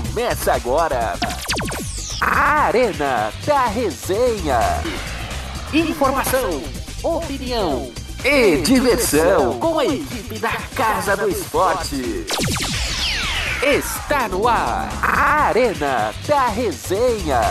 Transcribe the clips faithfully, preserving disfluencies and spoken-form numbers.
Começa agora a Arena da Resenha. Informação, opinião e diversão com a equipe da Casa do Esporte. Está no ar a Arena da Resenha.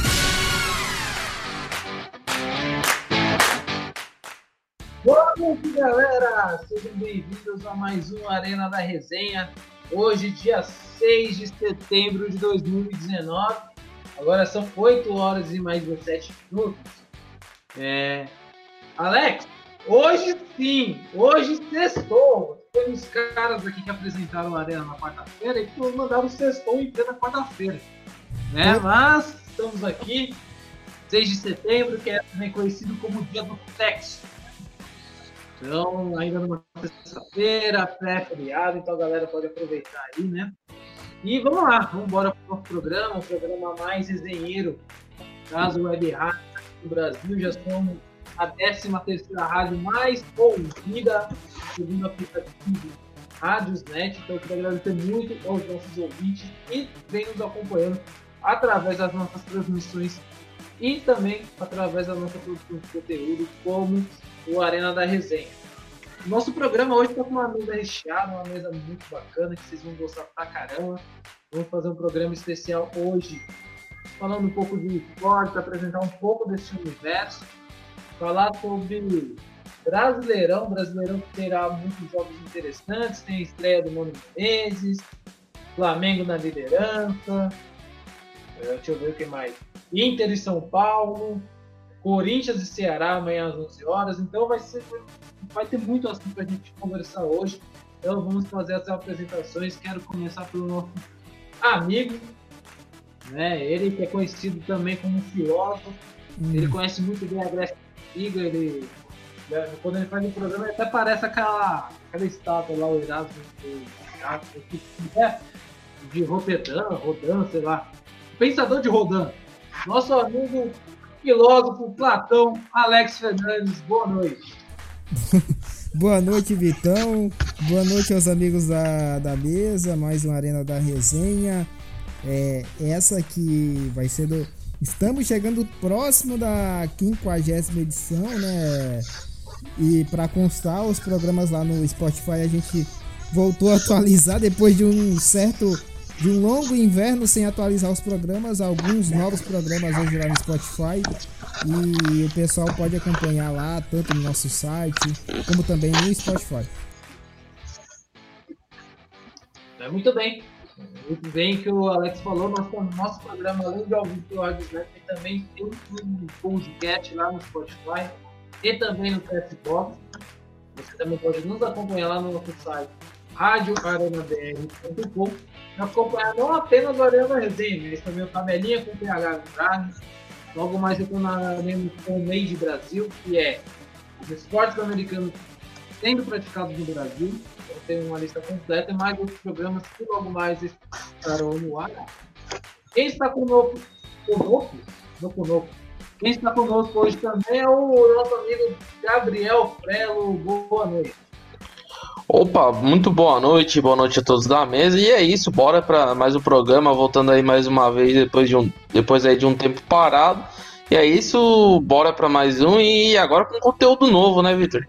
Boa noite, galera! Sejam bem-vindos a mais um Arena da Resenha. Hoje, dia seis de setembro de dois mil e dezenove. Agora são oito horas e mais dezessete minutos. É... Alex, hoje sim, hoje sextou. Foi uns caras aqui que apresentaram a Arena na quarta-feira e que mandaram o sextou em plena quarta-feira. Né? Mas estamos aqui, seis de setembro, que é também conhecido como o dia do sexo. Então, ainda numa sexta-feira, pré-feriado, então a galera pode aproveitar aí, né? E vamos lá, vamos embora para o nosso programa, o programa mais resenheiro das web rádios do Brasil. Já somos a décima terceira rádio mais ouvida, segundo o aplicativo Rádiosnet. Então, eu quero agradecer muito aos nossos ouvintes que vêm nos acompanhando através das nossas transmissões e também através da nossa produção de conteúdo, como o Arena da Resenha. Nosso programa hoje está com uma mesa recheada, uma mesa muito bacana, que vocês vão gostar pra caramba. Vamos fazer um programa especial hoje, falando um pouco de esporte, apresentar um pouco desse universo, falar sobre Brasileirão, Brasileirão que terá muitos jogos interessantes, tem a estreia do Mano Menezes, Flamengo na liderança, deixa eu ver o que mais, Inter e São Paulo, Corinthians e Ceará amanhã às onze horas, então vai, ser, vai ter muito assunto para a gente conversar hoje. Então vamos fazer as apresentações. Quero começar pelo nosso amigo, né? Ele que é conhecido também como filósofo, hum. Ele conhece muito bem a Grécia Antiga, ele, quando ele faz o programa, ele até parece aquela, aquela estátua lá, o Erasmo de Roterdã, Rodin, sei lá, pensador de Rodin, nosso amigo filósofo Platão Alex Fernandes. Boa noite. Boa noite, Vitão. Boa noite aos amigos da, da mesa. Mais uma Arena da Resenha. É, essa que vai ser do... Estamos chegando próximo da quinquagésima edição, né? E para constar, os programas lá no Spotify a gente voltou a atualizar depois de um certo... de um longo inverno sem atualizar os programas, alguns novos programas hoje lá no Spotify, e o pessoal pode acompanhar lá, tanto no nosso site, como também no Spotify. É, muito bem, muito bem que o Alex falou, nosso, nosso programa, além de ouvir pelo Rádiosnet, também tem um podcast lá no Spotify e também no Castbox. Você também pode nos acompanhar lá no nosso site, rádio arena b r ponto com, para acompanhar não apenas o Arena da Resenha, mas também o Tabelinha com P H Andrade. Logo mais retornaremos com o Made Brasil, que é os esportes americanos sendo praticados no Brasil. Então tem uma lista completa e mais outros programas que logo mais estarão no ar. Quem está conosco, conosco, não conosco, quem está conosco hoje também é o nosso amigo Gabriel Frelo. Boa noite. Opa, muito boa noite, boa noite a todos da mesa, e é isso, bora para mais um programa, voltando aí mais uma vez, depois, de um, depois aí de um tempo parado, e é isso, bora para mais um, e agora com conteúdo novo, né, Vitor?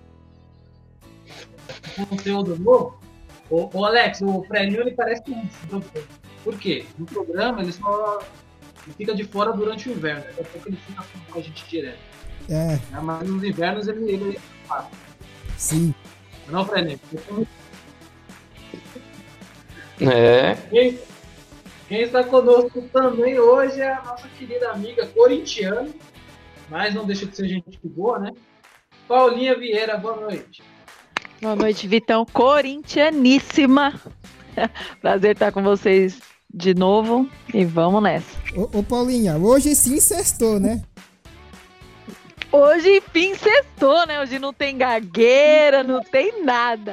Conteúdo novo? Ô, ô Alex, o Frelinho, ele parece um... Por quê? No programa, ele só ele fica de fora durante o inverno, daqui a pouco ele fica com a gente direto. É. Mas nos invernos ele... ele... Sim. Não, Frelinho. É. Quem, quem está conosco também hoje é a nossa querida amiga corintiana, mas não deixa de ser gente boa, né? Paulinha Vieira, boa noite. Boa noite, Vitão, corintianíssima. Prazer estar com vocês de novo e vamos nessa. Ô, ô Paulinha, hoje sim sextou, né? Hoje, enfim, sextou, né? Hoje não tem gagueira, não tem nada.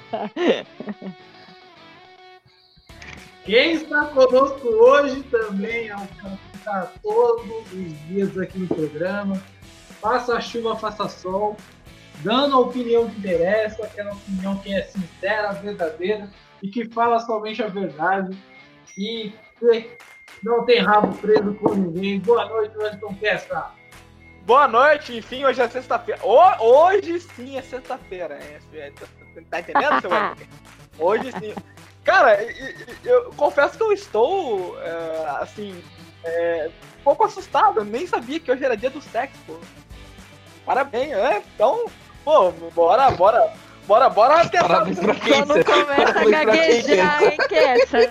Quem está conosco hoje também é o cara que está todos os dias aqui no programa. Faça chuva, faça sol, dando a opinião que interessa, aquela opinião que é sincera, verdadeira e que fala somente a verdade. E você não tem rabo preso com ninguém. Boa noite, Wellington Peça. Boa noite, enfim, hoje é sexta-feira. O- Hoje sim é sexta-feira. É, é, tá entendendo, seu Wellington? Hoje sim. Cara, eu, eu confesso que eu estou, é, assim, é, um pouco assustado. Eu nem sabia que hoje era dia do sexo, pô. Parabéns, é? Então, pô, bora, bora, bora, bora tentar. Parabéns pra quem? Só não começa a Parabéns pra quem, gaguejar, hein, que é essa?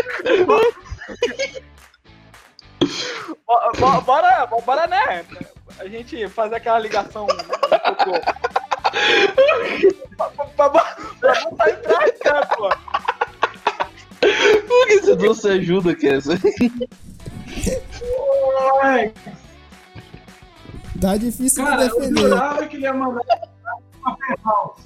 Bo- bo- Bora, bora, né? A gente fazer aquela ligação um pouco. pra, pra, pra, pra botar em prática, pô. Por que você não se ajuda, Kessa? Ai, Tá difícil cara, de eu defender. jurava que ele ia mandar uma House.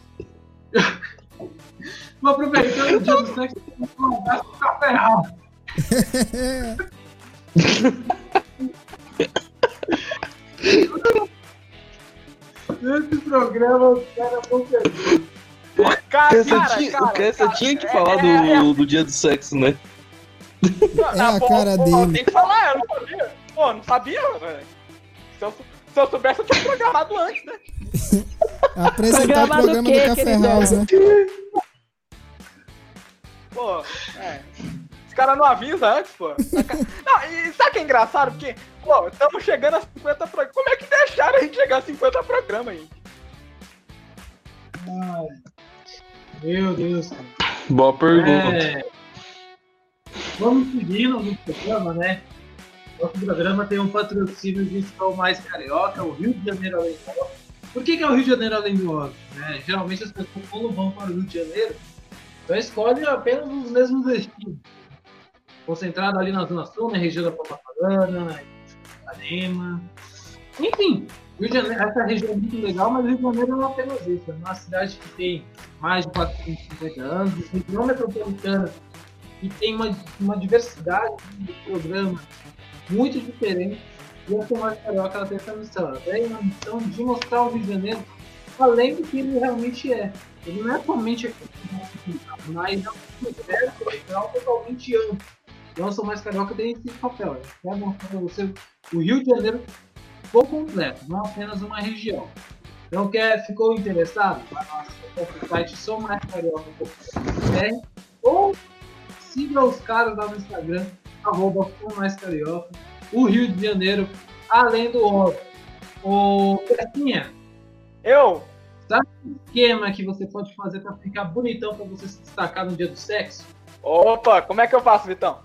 Vou aproveitar o dia do sexo e mandar um Café House. Esse programa, os caras vão perder. Cara, Kessa cara, tinha, cara, o Kessa cara, tinha que é- falar do, é- é- do dia do sexo, né? É a cara dele. Tem que falar, eu não sabia. Pô, não sabia, velho. Se eu, se eu soubesse, eu tinha programado antes, né? Apresentar o Programa do programa do, quê, Café queridão? House, né? Pô, é. Os caras não avisam antes, pô. Não, e sabe o que é engraçado? Porque, pô, estamos chegando a cinquenta programas. Como é que deixaram a gente chegar a cinquenta programas aí? Ai, meu Deus, cara. Boa pergunta. É, vamos seguindo no programa, né? Nosso programa tem um patrocínio de Sol Mais Carioca, o Rio de Janeiro Além do Óbvio. Por que, que é o Rio de Janeiro Além do Óbvio? Né? Geralmente as pessoas, quando vão para o Rio de Janeiro, então escolhem apenas os mesmos destinos. Concentrado ali na Zona Sul, na região da Copacabana, Ipanema. Enfim, Rio de Janeiro, essa região é muito legal, mas o Rio de Janeiro não é apenas isso. É uma cidade que tem mais de quatrocentos e cinquenta anos, região metropolitana, que tem uma, uma diversidade de programas muito diferentes. E a Semana Carioca ela tem essa missão. Ela tem uma missão de mostrar o Rio de Janeiro além do que ele realmente é. Ele não é somente aqui, mas é um universo legal totalmente amplo. Então, a São Mais Carioca tem esse papel. Né? Quer mostrar para você o Rio de Janeiro por completo, não apenas uma região. Então, quer, ficou interessado? Vai lá no site São Mais Carioca ponto com ponto br ou siga os caras lá no Instagram, arroba São Mais Carioca, o Rio de Janeiro, além do óbvio. Ô, Pecinha, Eu? sabe o esquema que você pode fazer para ficar bonitão para você se destacar no dia do sexo? Opa, como é que eu faço, Vitão?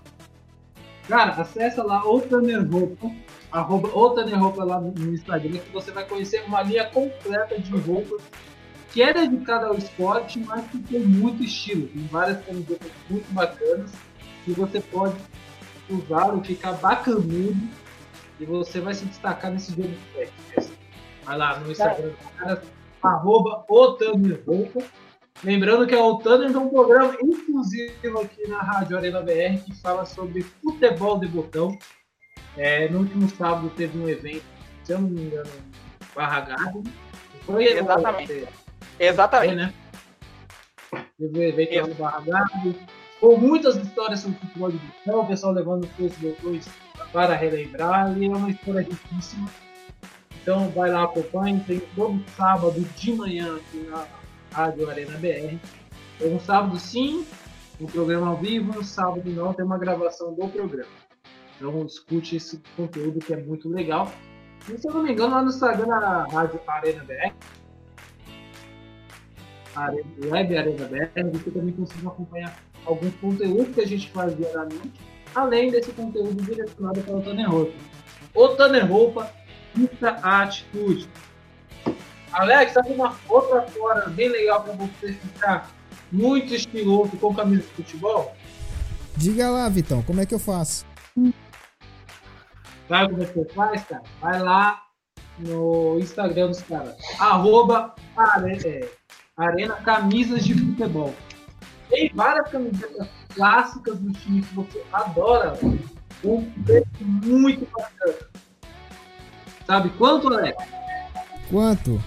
Cara, acessa lá o Tanner Roupa, arroba o Tanner Roupa lá no no Instagram, que você vai conhecer uma linha completa de roupas que é dedicada ao esporte, mas que tem muito estilo. Tem várias camisetas muito bacanas que você pode usar e ficar bacanudo e você vai se destacar nesse dia do sexo. Vai lá no Instagram do cara, arroba o Tanner Roupa. Lembrando que a Otaner é um programa exclusivo aqui na Rádio Arena B R que fala sobre futebol de botão. É, no último sábado teve um evento, se eu não me engano, Barra Garden. Foi Exatamente. é, Exatamente. foi, né? Teve um evento lá no Barra Garden, com muitas histórias sobre futebol de botão, o pessoal levando os botões para relembrar, e é uma história riquíssima. Então vai lá, acompanhe, tem todo sábado de manhã aqui na Rádio Arena B R. Então, no sábado sim, um programa ao vivo, no sábado não, tem uma gravação do programa. Então escute esse conteúdo que é muito legal. E se eu não me engano, lá no Instagram da Rádio Arena B R, Arena, Web Arena B R, você também consegue acompanhar alguns conteúdos que a gente faz diariamente, além desse conteúdo direcionado para o Tanner Roupa. O Tanner Roupa, fica a atitude. Alex, sabe uma outra fora bem legal para você ficar muito estiloso com camisa de futebol? Diga lá, Vitão, como é que eu faço? Sabe como é que você faz, cara? Vai lá no Instagram dos caras, arroba Arena, é, Arena Camisas de Futebol. Tem várias camisetas clássicas do time que você adora, com um preço muito bacana. Sabe quanto, Alex? Quanto?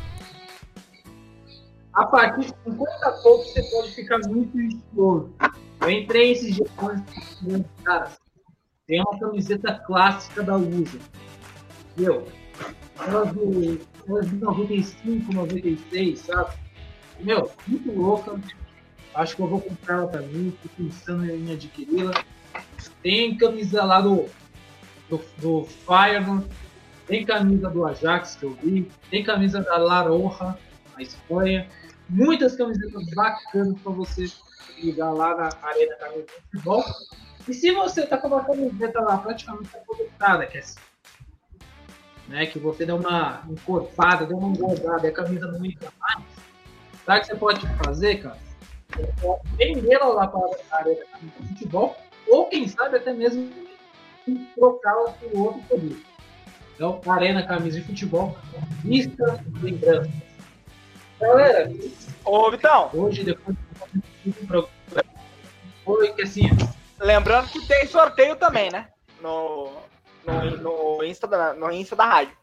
A partir de cinquenta pontos você pode ficar muito estiloso. Eu entrei esses dias com esses caras. tem uma camiseta clássica da U S A. Meu, ela de, ela de noventa e cinco, noventa e seis, sabe? Meu, muito louca. Acho que eu vou comprar ela pra mim, tô pensando em adquiri-la. Tem camisa lá do, do, do Feyenoord, tem camisa do Ajax que eu vi, tem camisa da La Roja, na Espanha. Muitas camisetas bacanas para você ligar lá na Arena Camisa de Futebol. E se você tá com uma camiseta lá praticamente aposentada, que é assim, né, que você deu uma encorpada, deu uma engordada e a camisa não entra mais, sabe o que você pode fazer, cara? Você pode vendê-la lá para a Arena Camisa de Futebol, ou quem sabe até mesmo trocá-la por outro produto. Então, Arena Camisa de Futebol, vista lembranças. Galera, ô Vitão, hoje depois do programa, foi que assim, lembrando que tem sorteio também, né? No, no, no, Insta, da, no Insta da rádio.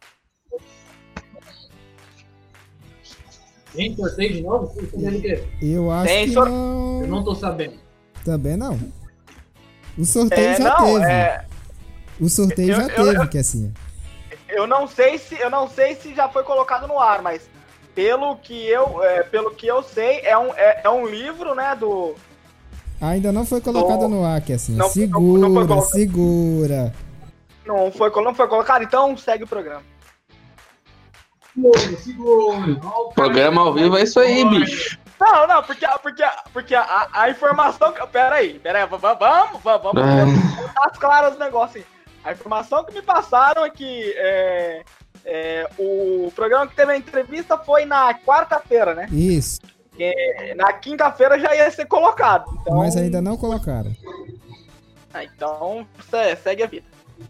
tem sorteio de novo? Eu acho Tem que sor- não. Eu não tô sabendo. Também não. O sorteio É, já não, teve. é, O sorteio Eu- já eu- teve, eu- que assim. eu não sei se eu não sei se já foi colocado no ar, mas pelo que eu, é, pelo que eu sei, é um, é, é um livro, né, do... Ainda não foi colocado Tô- no ar, que assim. Não- não- Segura, não foi colocado. segura. Não foi, não foi colocado, então segue o programa. Segura, segura. Programa ao vivo é isso aí, bicho. Não, não, porque, porque, porque a, a informação... que- Pera aí, pera aí, vamos, vamos, vamos, vamos É. as claras os negócios. A informação que me passaram é que é, é, o programa que teve a entrevista foi na quarta-feira, né? Isso. E na quinta-feira já ia ser colocado. Então, Mas ainda não colocaram. ah, então se- segue a vida.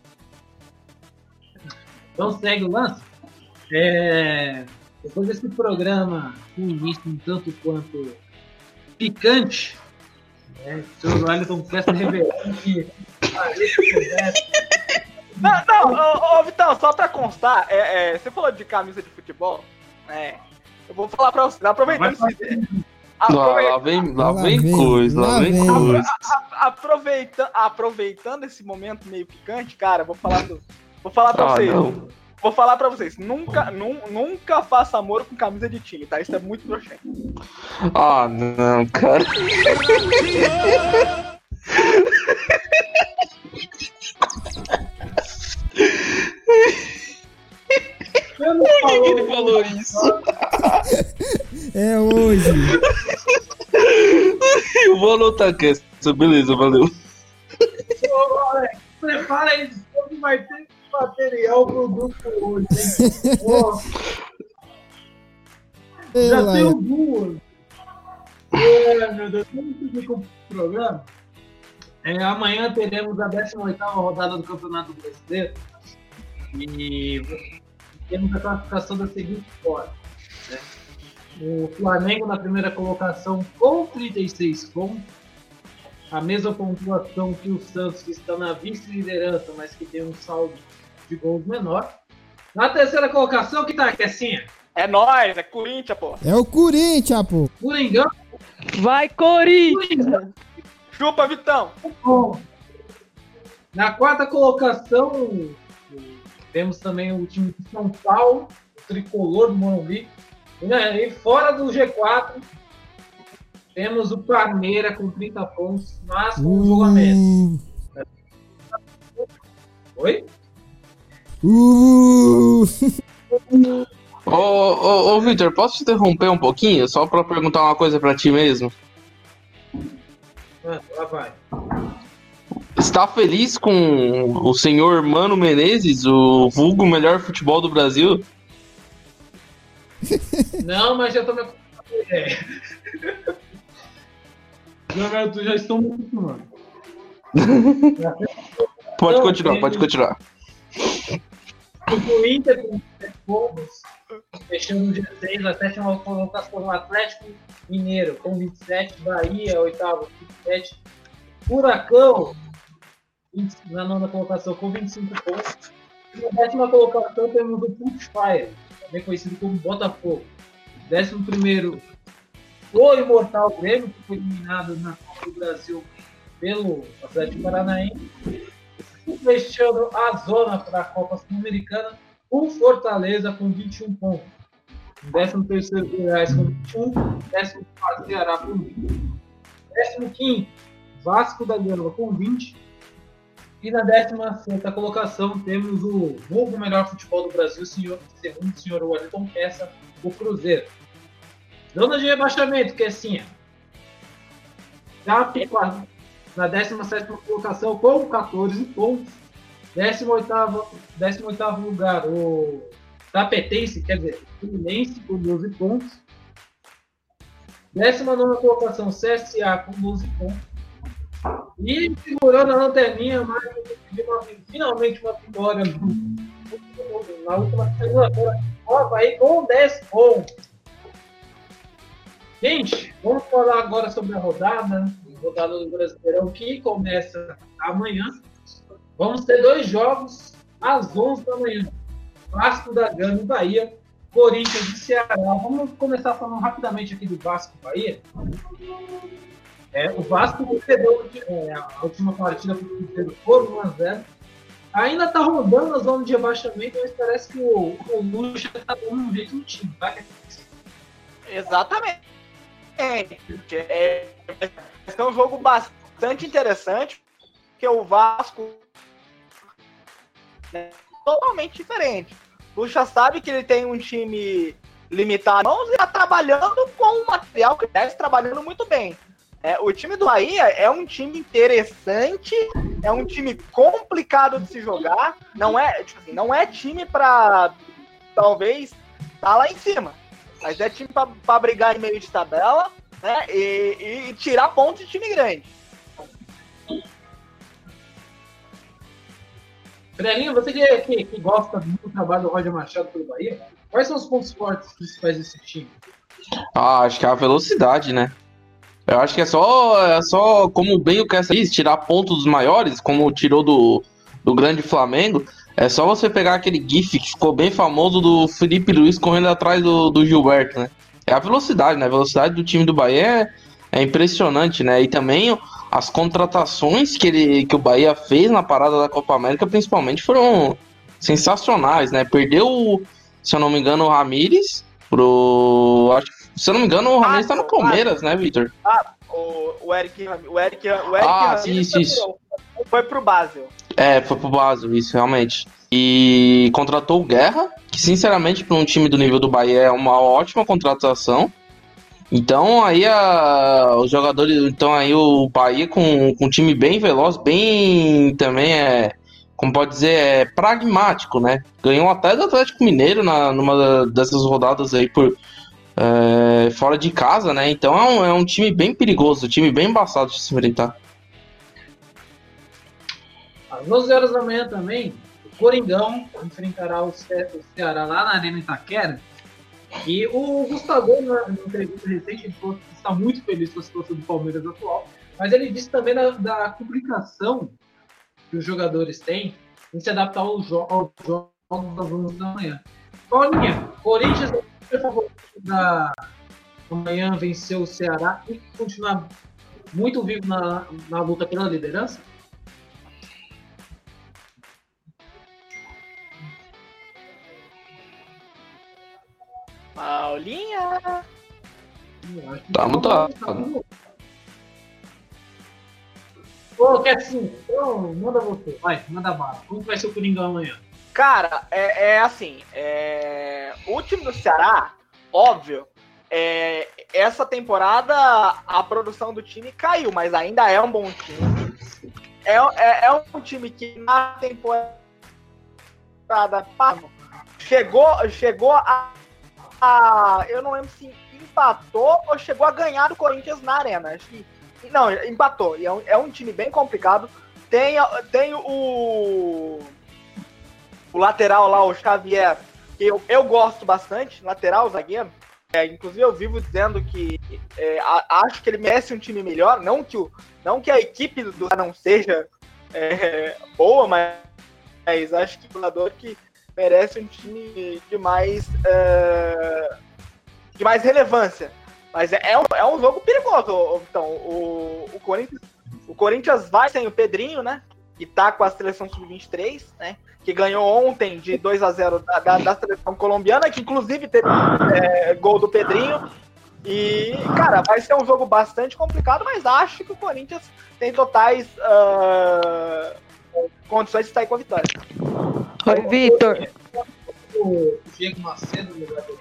Então segue o lance. É, depois desse programa com início um tanto quanto picante, né? O senhor Wellington peça revelando que parece que Não, não, ô, ô Vitão, só pra constar, é, é, você falou de camisa de futebol, né? Eu vou falar pra você, aproveitando Vai esse, Lá, aprovei- lá vem, lá Lá vem vem, coisa, lá lá vem vem. coisa. a- aproveita, aproveitando esse momento meio picante, cara, vou falar do, vou falar pra Ah, vocês. não. Vou falar pra vocês, nunca, nu, nunca faça amor com camisa de time, tá? Isso é muito broxante. Ah, não, cara. eu não Por que que ele falo, falou isso? É hoje. Eu vou anotar aqui essa, beleza, valeu. prepara aí, que vai ter material pro grupo hoje, hein? Ó, já Ela- tenho duas. É, meu Deus, vamos seguir com o programa. É, amanhã teremos a décima oitava rodada do Campeonato Brasileiro e temos a classificação da seguinte forma, né? O Flamengo na primeira colocação com trinta e seis pontos, a mesma pontuação que o Santos, que está na vice-liderança, mas que tem um saldo de gols menor. Na terceira colocação, que tá aqui assim, É nóis, é Corinthians, pô. É o Corinthians, pô. por engano, Vai, Corinthians! Chupa, Vitão. bom. Na quarta colocação, temos também o time de São Paulo, o tricolor do Morumbi. E fora do G quatro, temos o Palmeiras com trinta pontos, mas com um jogo a menos. Uh, Oi? uh. Ô, ô, ô Victor, posso te interromper um pouquinho? Só pra perguntar uma coisa pra ti mesmo. Ah, lá vai. Está feliz com o senhor Mano Menezes, o vulgo melhor futebol do Brasil? Não, mas já tô me acostumando com a ideia. Já, já, já estou me acostumando. Pode Não, continuar, tem- pode continuar. O Inter com sete pontos, fechando o G seis, a sétima colocação, o Atlético Mineiro com vinte e sete, Bahia, oitavo, vinte e sete, Furacão vinte na nona colocação com vinte e cinco pontos. E na décima colocação temos o Puxfire, também conhecido como Botafogo. Décimo primeiro, o Imortal Grêmio, que foi eliminado na Copa do Brasil pelo Atlético Paranaense. fechando a zona para a Copa Sul-Americana, o Fortaleza com vinte e um pontos. décimo terceiro Goiás com vinte e um, décimo quarto Ceará com vinte, décimo quinto Vasco da Gama com vinte, e na décima sexta colocação temos o novo melhor futebol do Brasil, senhor, segundo o senhor Wellington Peça, o Cruzeiro. Zona de rebaixamento, que é assim, Chapecoense na décima sétima colocação com catorze pontos, décimo oitavo, décimo oitavo lugar o Tapetense, quer dizer, Fluminense com doze pontos, décima nona colocação C S A com doze pontos, e segurando a lanterninha, mais uma, finalmente uma vitória na última segunda-feira, o Avaí com dez pontos. Gente, vamos falar agora sobre a rodada, a rodada do Brasileirão, que começa amanhã. Vamos ter dois jogos às onze da manhã. Vasco da Gama e Bahia, Corinthians e Ceará. Vamos começar falando rapidamente aqui do Vasco e Bahia. É, o Vasco perdeu é, a última partida por um a zero. Ainda está rodando a zona de rebaixamento, mas parece que o, o Lucha está dando um jeito no time, tá? Exatamente. É, é, é um jogo bastante interessante, porque o Vasco é totalmente diferente. O Lucha sabe que ele tem um time limitado e está trabalhando com um material que está trabalhando muito bem. É, o time do Bahia é um time interessante, é um time complicado de se jogar, não é, tipo assim, não é time para talvez estar tá lá em cima, mas é time para brigar em meio de tabela, né, e, e tirar pontos de time grande. Frelinho, você que, que, que gosta muito do trabalho do Roger Machado pelo Bahia, quais são os pontos fortes principais desse time? Ah, acho que é a velocidade, né? Eu acho que é só, é só como bem o Kessler diz, tirar pontos dos maiores, como tirou do, do grande Flamengo. É só você pegar aquele gif que ficou bem famoso do Felipe Luiz correndo atrás do, do Gilberto, né? É a velocidade, né? A velocidade do time do Bahia é, é impressionante, né? E também as contratações que, ele, que o Bahia fez na parada da Copa América, principalmente, foram sensacionais, né? Perdeu, se eu não me engano, o Ramires pro... Acho que Se eu não me engano, o Ramires tá no Palmeiras, ah, né, Vitor? Ah, o, o Eric, o Eric, o Eric ah, sim, isso, isso. Foi pro Basel. É, foi pro Basel, isso, realmente. E contratou o Guerra, que sinceramente, para um time do nível do Bahia é uma ótima contratação. Então aí a, os jogadores, então aí o Bahia com, com um time bem veloz, bem também é, como pode dizer, é pragmático, né? Ganhou até do Atlético Mineiro na, numa dessas rodadas aí por É, fora de casa, né? Então é um, é um time bem perigoso, um time bem embaçado de se enfrentar. Às doze horas da manhã também, o Coringão enfrentará o, Ce- o Ceará lá na Arena Itaquera. E o Gustavo, na na entrevista recente, ele falou que está muito feliz com a situação do Palmeiras atual, mas ele disse também da, da complicação que os jogadores têm em se adaptar aos, jo- aos jogos das onze da manhã. Paulinha, Corinthians por favor, da amanhã venceu o Ceará e continuar muito vivo na, na luta pela liderança? Paulinha! Tá mudado. Ô, Kessinho, então manda você, vai, manda bala. Como vai ser o Coringão amanhã? Cara, é, é assim, é... o time do Ceará, óbvio, é... essa temporada a produção do time caiu, mas ainda é um bom time. É, é, é um time que na temporada chegou, chegou a, a... eu não lembro se empatou ou chegou a ganhar do Corinthians na Arena. Acho que, não, empatou. E é um, é um time bem complicado. Tem, tem o... O lateral lá, o Xavier, que eu, eu gosto bastante, lateral, zagueiro. É, inclusive eu vivo dizendo que é, a, acho que ele merece um time melhor. Não que, o, não que a equipe do não seja é, boa, mas, mas acho que o jogador que merece um time de mais, é, de mais relevância. Mas é, é, um, é um jogo perigoso. Então, o, o, Corinthians, o Corinthians vai sem o Pedrinho, né? e tá com a seleção sub vinte e três, né? Que ganhou ontem de dois a zero da, da, da seleção colombiana, que inclusive teve é, gol do Pedrinho. E, cara, vai ser um jogo bastante complicado, mas acho que o Corinthians tem totais uh, condições de sair com a vitória. Oi, Vitor. O Diego Macedo no lugar do...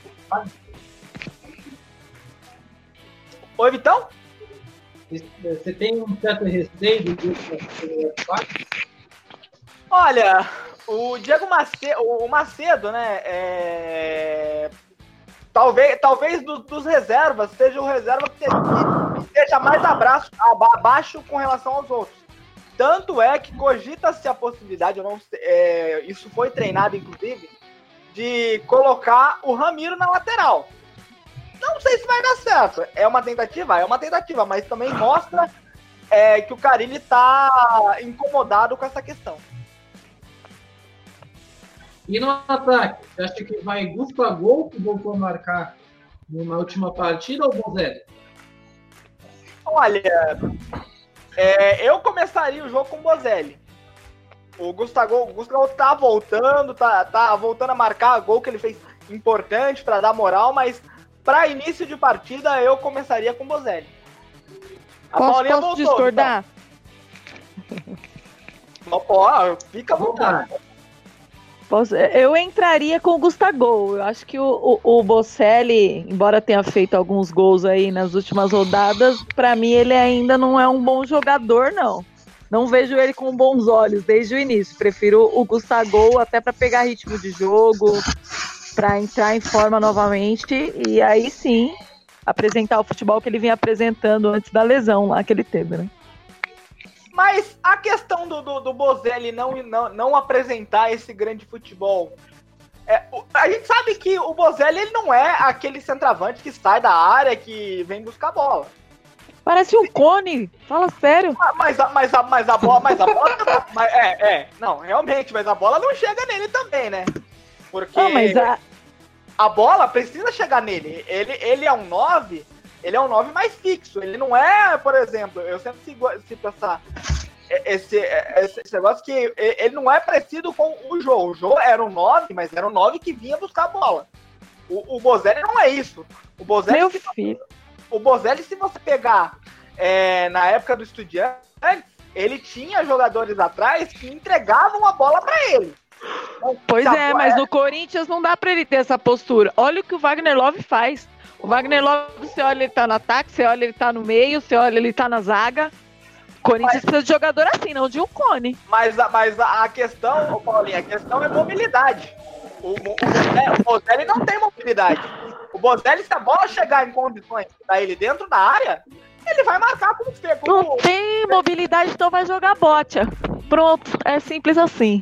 Oi, Vitão? Você tem um certo receio do Diego Macedo? Olha, o Diego Macedo, o Macedo, né, é... talvez, talvez do, dos reservas seja o reserva que esteja mais abraço, abaixo com relação aos outros. Tanto é que cogita-se a possibilidade, eu não sei, é, isso foi treinado inclusive, de colocar o Ramiro na lateral. Não sei se vai dar certo. É uma tentativa? É uma tentativa, mas também mostra é, que o Carille está incomodado com essa questão. E no ataque, você acha que vai Gustavo, que voltou a marcar na última partida, ou Bozelli? Olha, é, eu começaria o jogo com o Bozelli. O Gustavo, o Gustavo tá voltando, tá, tá voltando a marcar gol que ele fez importante para dar moral, mas para início de partida eu começaria com o Bozelli. A Posso, Paulinha posso voltou, discordar? Então. Pô, fica à vontade. Posso, eu entraria com o Gustavo. Eu acho que o, o, o Bocelli, embora tenha feito alguns gols aí nas últimas rodadas, para mim ele ainda não é um bom jogador, não. Não vejo ele com bons olhos desde o início. Prefiro o Gustavo até para pegar ritmo de jogo, para entrar em forma novamente e aí sim apresentar o futebol que ele vinha apresentando antes da lesão lá que ele teve, né? Mas a questão do, do, do Bozelli não, não, não apresentar esse grande futebol, é, a gente sabe que o Bozelli ele não é aquele centroavante que sai da área, que vem buscar bola. Parece um cone, fala sério. Mas a, mas a, mas a bola, mas a bola, mas, é, é, não, realmente, mas a bola não chega nele também, né? Porque não, mas a... a bola precisa chegar nele. Ele, ele é um nove, ele é um nove mais fixo. Ele não é, por exemplo, eu sempre cito essa, esse, esse, esse negócio que ele não é parecido com o Jô. O Jô era um nove, mas era um nove que vinha buscar a bola. O, o Bozelli não é isso. O Bozelli, Meu se, filho. O Bozelli, se você pegar é, na época do Estudiantes, ele tinha jogadores atrás que entregavam a bola para ele. Pois é, mas no Corinthians não dá pra ele ter essa postura. Olha o que o Wagner Love faz. O Wagner Love, você olha, ele tá no ataque, você olha, ele tá no meio, você olha, ele tá na zaga. O Corinthians mas, precisa de jogador assim, não de um cone. Mas, mas a questão, Paulinho, a questão é mobilidade. O, o, o Bozelli não tem mobilidade. O Bozelli, se a bola chegar em condições pra ele dentro da área, ele vai marcar como fez. Não tem mobilidade, então vai jogar bote. Pronto, é simples assim.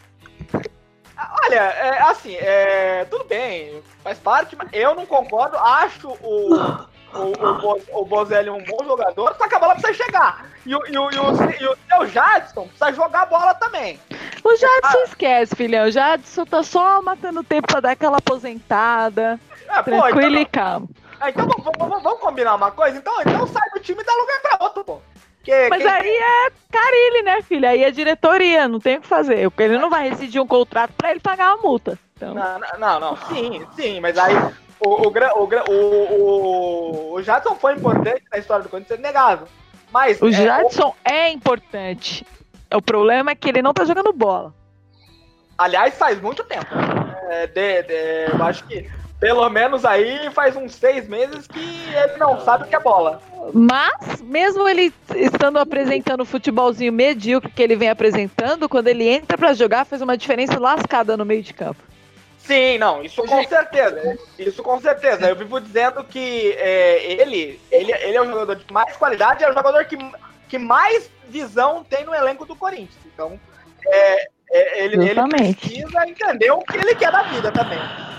Olha, é, assim, é, tudo bem, faz parte, mas eu não concordo, acho o, o, o, o Bozelli um bom jogador, só que a bola precisa chegar. E o, e o, e o, e o seu Jadson precisa jogar a bola também. O Jadson ah, esquece, filhão, o Jadson tá só matando tempo pra dar aquela aposentada, é, tranquilo pô, então, e calmo. É, então vamos, vamos, vamos combinar uma coisa? Então, então sai do time e dá lugar pra outro, pô. Que, Mas quem... aí é Carille, né, filho? Aí é diretoria, não tem o que fazer. Ele não vai rescindir um contrato pra ele pagar uma multa. Então... Não, não, não, sim, sim, mas aí o, o, o, o, o Jadson foi importante na história do Corinthians, é negável. Mas, o é, Jadson o... é importante. O problema é que ele não tá jogando bola. Aliás, faz muito tempo. É, de, de, eu acho que pelo menos aí faz uns seis meses que ele não sabe o que é bola. Mas, mesmo ele estando apresentando o futebolzinho medíocre que ele vem apresentando, quando ele entra pra jogar, faz uma diferença lascada no meio de campo. Sim, não, isso com certeza. Isso com certeza. Eu vivo dizendo que é, ele, ele, ele é o jogador de mais qualidade, é o jogador que, que mais visão tem no elenco do Corinthians. Então, é, é, ele, ele precisa entender o que ele quer da vida também.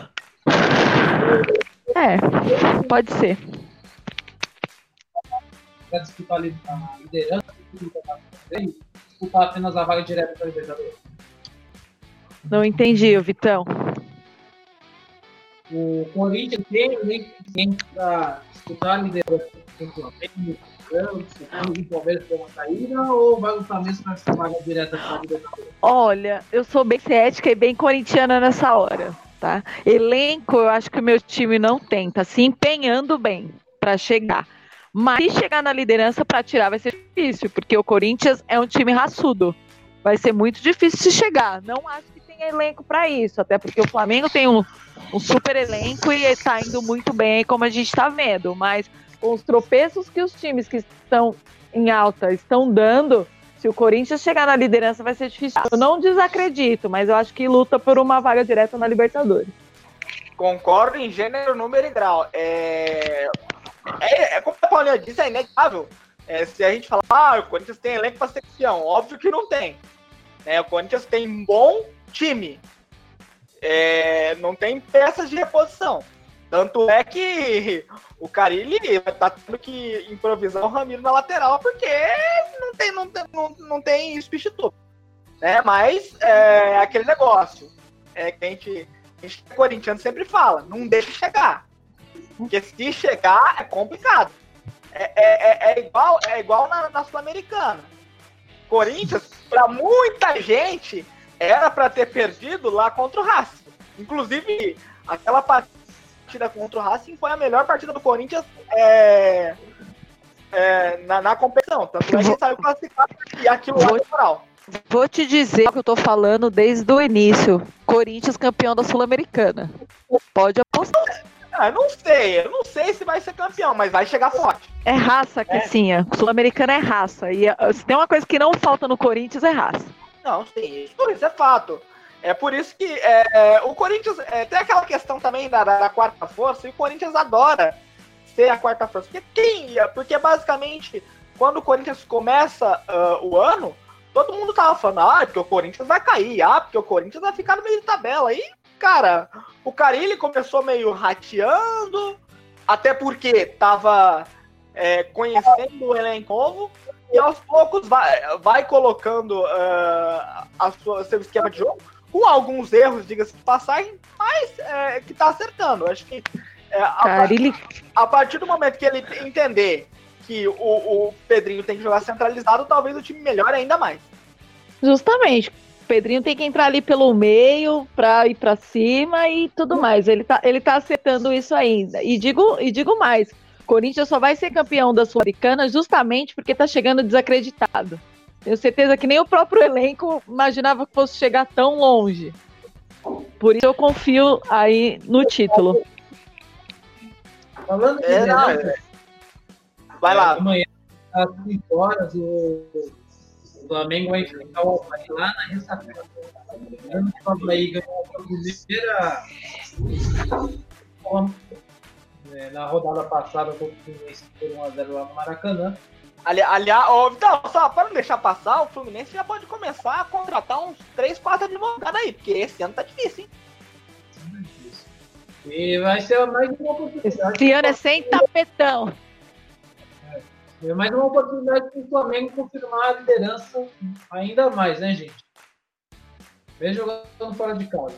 É, pode ser. Para disputar a liderança, disputar apenas a vaga direta para a Libertadores. Não entendi, Vitão. O Corinthians tem o elenco suficiente para disputar a liderança. o Palmeiras tem uma saída ou vai lutar mesmo para essa vaga direta para a Libertadores? Olha, eu sou bem cética e bem corintiana nessa hora, tá? Elenco, eu acho que o meu time não tem, tá se empenhando bem para chegar. Mas se chegar na liderança para tirar vai ser difícil, porque o Corinthians é um time raçudo. Vai ser muito difícil se chegar. Não acho que tem elenco para isso, até porque o Flamengo tem um, um super elenco e está indo muito bem, como a gente está vendo. Mas com os tropeços que os times que estão em alta estão dando, se o Corinthians chegar na liderança vai ser difícil. Eu não desacredito, mas eu acho que luta por uma vaga direta na Libertadores. Concordo em gênero, número e grau. É, é, é como a Paulinha disse, é inegável. É, se a gente falar, ah, o Corinthians tem elenco para ser campeão, óbvio que não tem. É, o Corinthians tem um bom time. É, não tem peças de reposição. Tanto é que o Carille tá tendo que improvisar o Ramiro na lateral, porque não tem, não tem, não, não tem substituto. Né? Mas é aquele negócio é, que a gente, a gente corintiano sempre fala, não deixa chegar. Porque se chegar é complicado. É, é, é, igual, é igual na, na Sul-Americana. Corinthians, para muita gente, era para ter perdido lá contra o Racing. Inclusive, aquela partida contra o Racing foi a melhor partida do Corinthians é, é, na, na competição. Tanto é que ele saiu classificado e aquilo lá é moral. Vou te dizer o que eu tô falando desde o início. Corinthians campeão da Sul-Americana. Pode apostar. Ah, eu não sei, eu não sei se vai ser campeão, mas vai chegar forte. É raça, Kessinha. É. Sul-Americana é raça. E se tem uma coisa que não falta no Corinthians, é raça. Não, sim, isso é fato. É por isso que é, o Corinthians é, tem aquela questão também da, da quarta força, e o Corinthians adora ser a quarta força. Porque quem ia? Porque basicamente, quando o Corinthians começa uh, o ano, todo mundo tava falando, ah, porque o Corinthians vai cair, ah, porque o Corinthians vai ficar no meio de tabela. E, cara, o Carille começou meio rateando, até porque tava é, conhecendo o elenco novo, e aos poucos vai, vai colocando uh, a sua, seu esquema de jogo, com alguns erros, diga-se de passagem, mas é, que tá acertando. Acho que é, a, Carille... a partir do momento que ele entender que o, o Pedrinho tem que jogar centralizado, talvez o time melhore ainda mais. Justamente. O Pedrinho tem que entrar ali pelo meio pra ir pra cima e tudo mais. Ele tá, ele tá acertando isso ainda. E digo, e digo mais, Corinthians só vai ser campeão da Sul-Americana justamente porque tá chegando desacreditado. Tenho certeza que nem o próprio elenco imaginava que fosse chegar tão longe. Por isso eu confio aí no título. Falando de É, não, liderança, Vai lá. amanhã, às cinco horas, o o Flamengo vai enfrentar o Avaí lá na ressacada. Lembrando que o Avaí ganhou a primeira é, na rodada passada contra o Fluminense por um a zero lá no Maracanã. Ali, aliás, oh, então, só para não deixar passar, o Fluminense já pode começar a contratar uns três, quatro advogados aí, porque esse ano tá difícil, hein? E vai ser mais uma oportunidade. Esse ano é sem tapetão. É mais uma oportunidade para o Flamengo confirmar a liderança ainda mais, né, gente? Vem jogando fora de casa.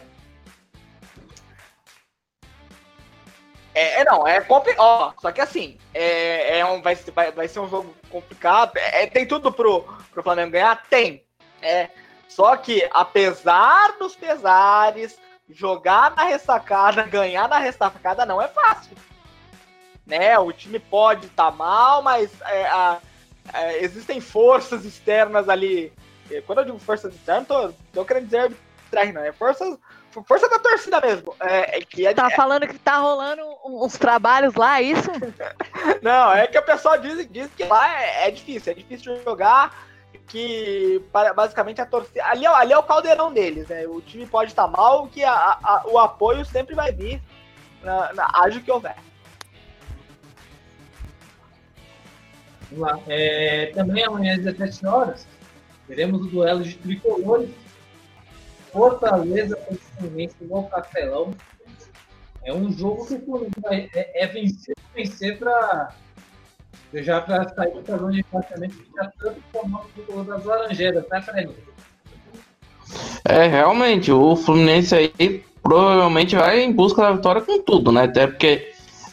É, é não, é complicado. Só que assim, é, é um, vai, vai, vai ser um jogo complicado. É, tem tudo pro, pro Flamengo ganhar? Tem. É, só que, apesar dos pesares, jogar na ressacada, ganhar na ressacada não é fácil. Né? O time pode estar tá mal, mas é, a, é, existem forças externas ali. Quando eu digo forças externas, tô, tô querendo dizer arbitragem, não. É forças, força da torcida mesmo. É, é, que é, Tá falando que tá rolando uns trabalhos lá, isso? Não, é que o pessoal diz, diz que lá é, é difícil, é difícil jogar, que basicamente a torcida... Ali, ali é o caldeirão deles, né? O time pode estar tá mal, que a, a, o apoio sempre vai vir, na, na, haja que houver. Vamos lá. É, também amanhã às dezessete horas, teremos o duelo de tricolores. Fortaleza contra o Fluminense no Castelão. É um jogo que o Fluminense vai, é, é vencer, vencer para já para sair da zona de rebaixamento que já tanto formou o tricolor das Laranjeiras, né, Fred? É, realmente, o Fluminense aí provavelmente vai em busca da vitória com tudo, né? Até porque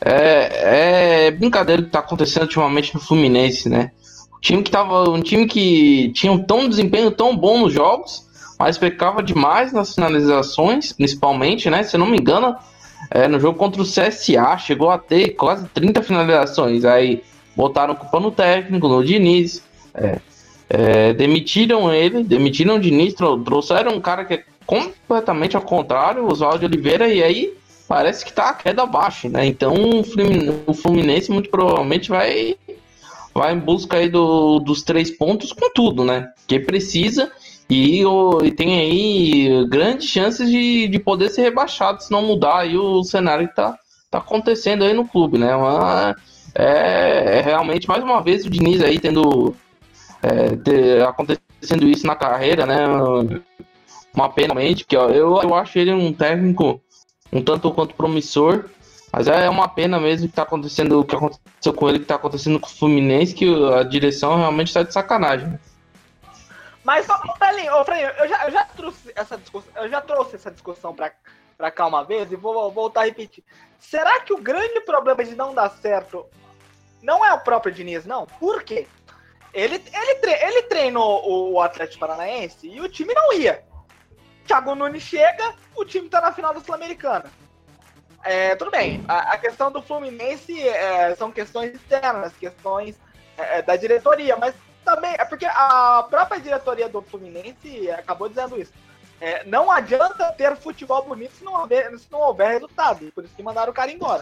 É, é brincadeira o que tá acontecendo ultimamente no Fluminense, né? Um time que tava, um time que tinha um tão desempenho tão bom nos jogos, mas pecava demais nas finalizações, principalmente, né? Se eu não me engano, é, no jogo contra o C S A chegou a ter quase trinta finalizações. Aí botaram culpa no técnico, no Diniz, é, é, demitiram ele, demitiram o Diniz, trouxeram um cara que é completamente ao contrário, o Oswaldo Oliveira, e aí parece que tá a queda abaixo, né? Então o Fluminense muito provavelmente vai, vai em busca aí do, dos três pontos com tudo, né? Que precisa e, e tem aí grandes chances de, de poder ser rebaixado se não mudar aí o cenário que tá, tá acontecendo aí no clube, né? Uma, é, é realmente mais uma vez o Diniz aí tendo é, ter, acontecendo isso na carreira, né? Uma pena, porque ó, eu, eu acho ele um técnico um tanto quanto promissor, mas é uma pena mesmo que tá acontecendo o que aconteceu com ele, que tá acontecendo com o Fluminense, que a direção realmente tá de sacanagem. Mas, ô Felinho, ô Felinho, eu já, eu já trouxe essa discussão, eu já trouxe essa discussão pra, pra cá uma vez e vou voltar a repetir. Será que o grande problema de não dar certo não é o próprio Diniz, não? Por quê? Ele, ele, tre- ele treinou o Atlético Paranaense e o time não ia. Thiago Nunes chega, o time tá na final da Sul-Americana. É, tudo bem, a, a questão do Fluminense é, são questões externas, questões é, da diretoria, mas também é porque a própria diretoria do Fluminense acabou dizendo isso. É, não adianta ter futebol bonito se não houver, se não houver resultado, por isso que mandaram o cara embora.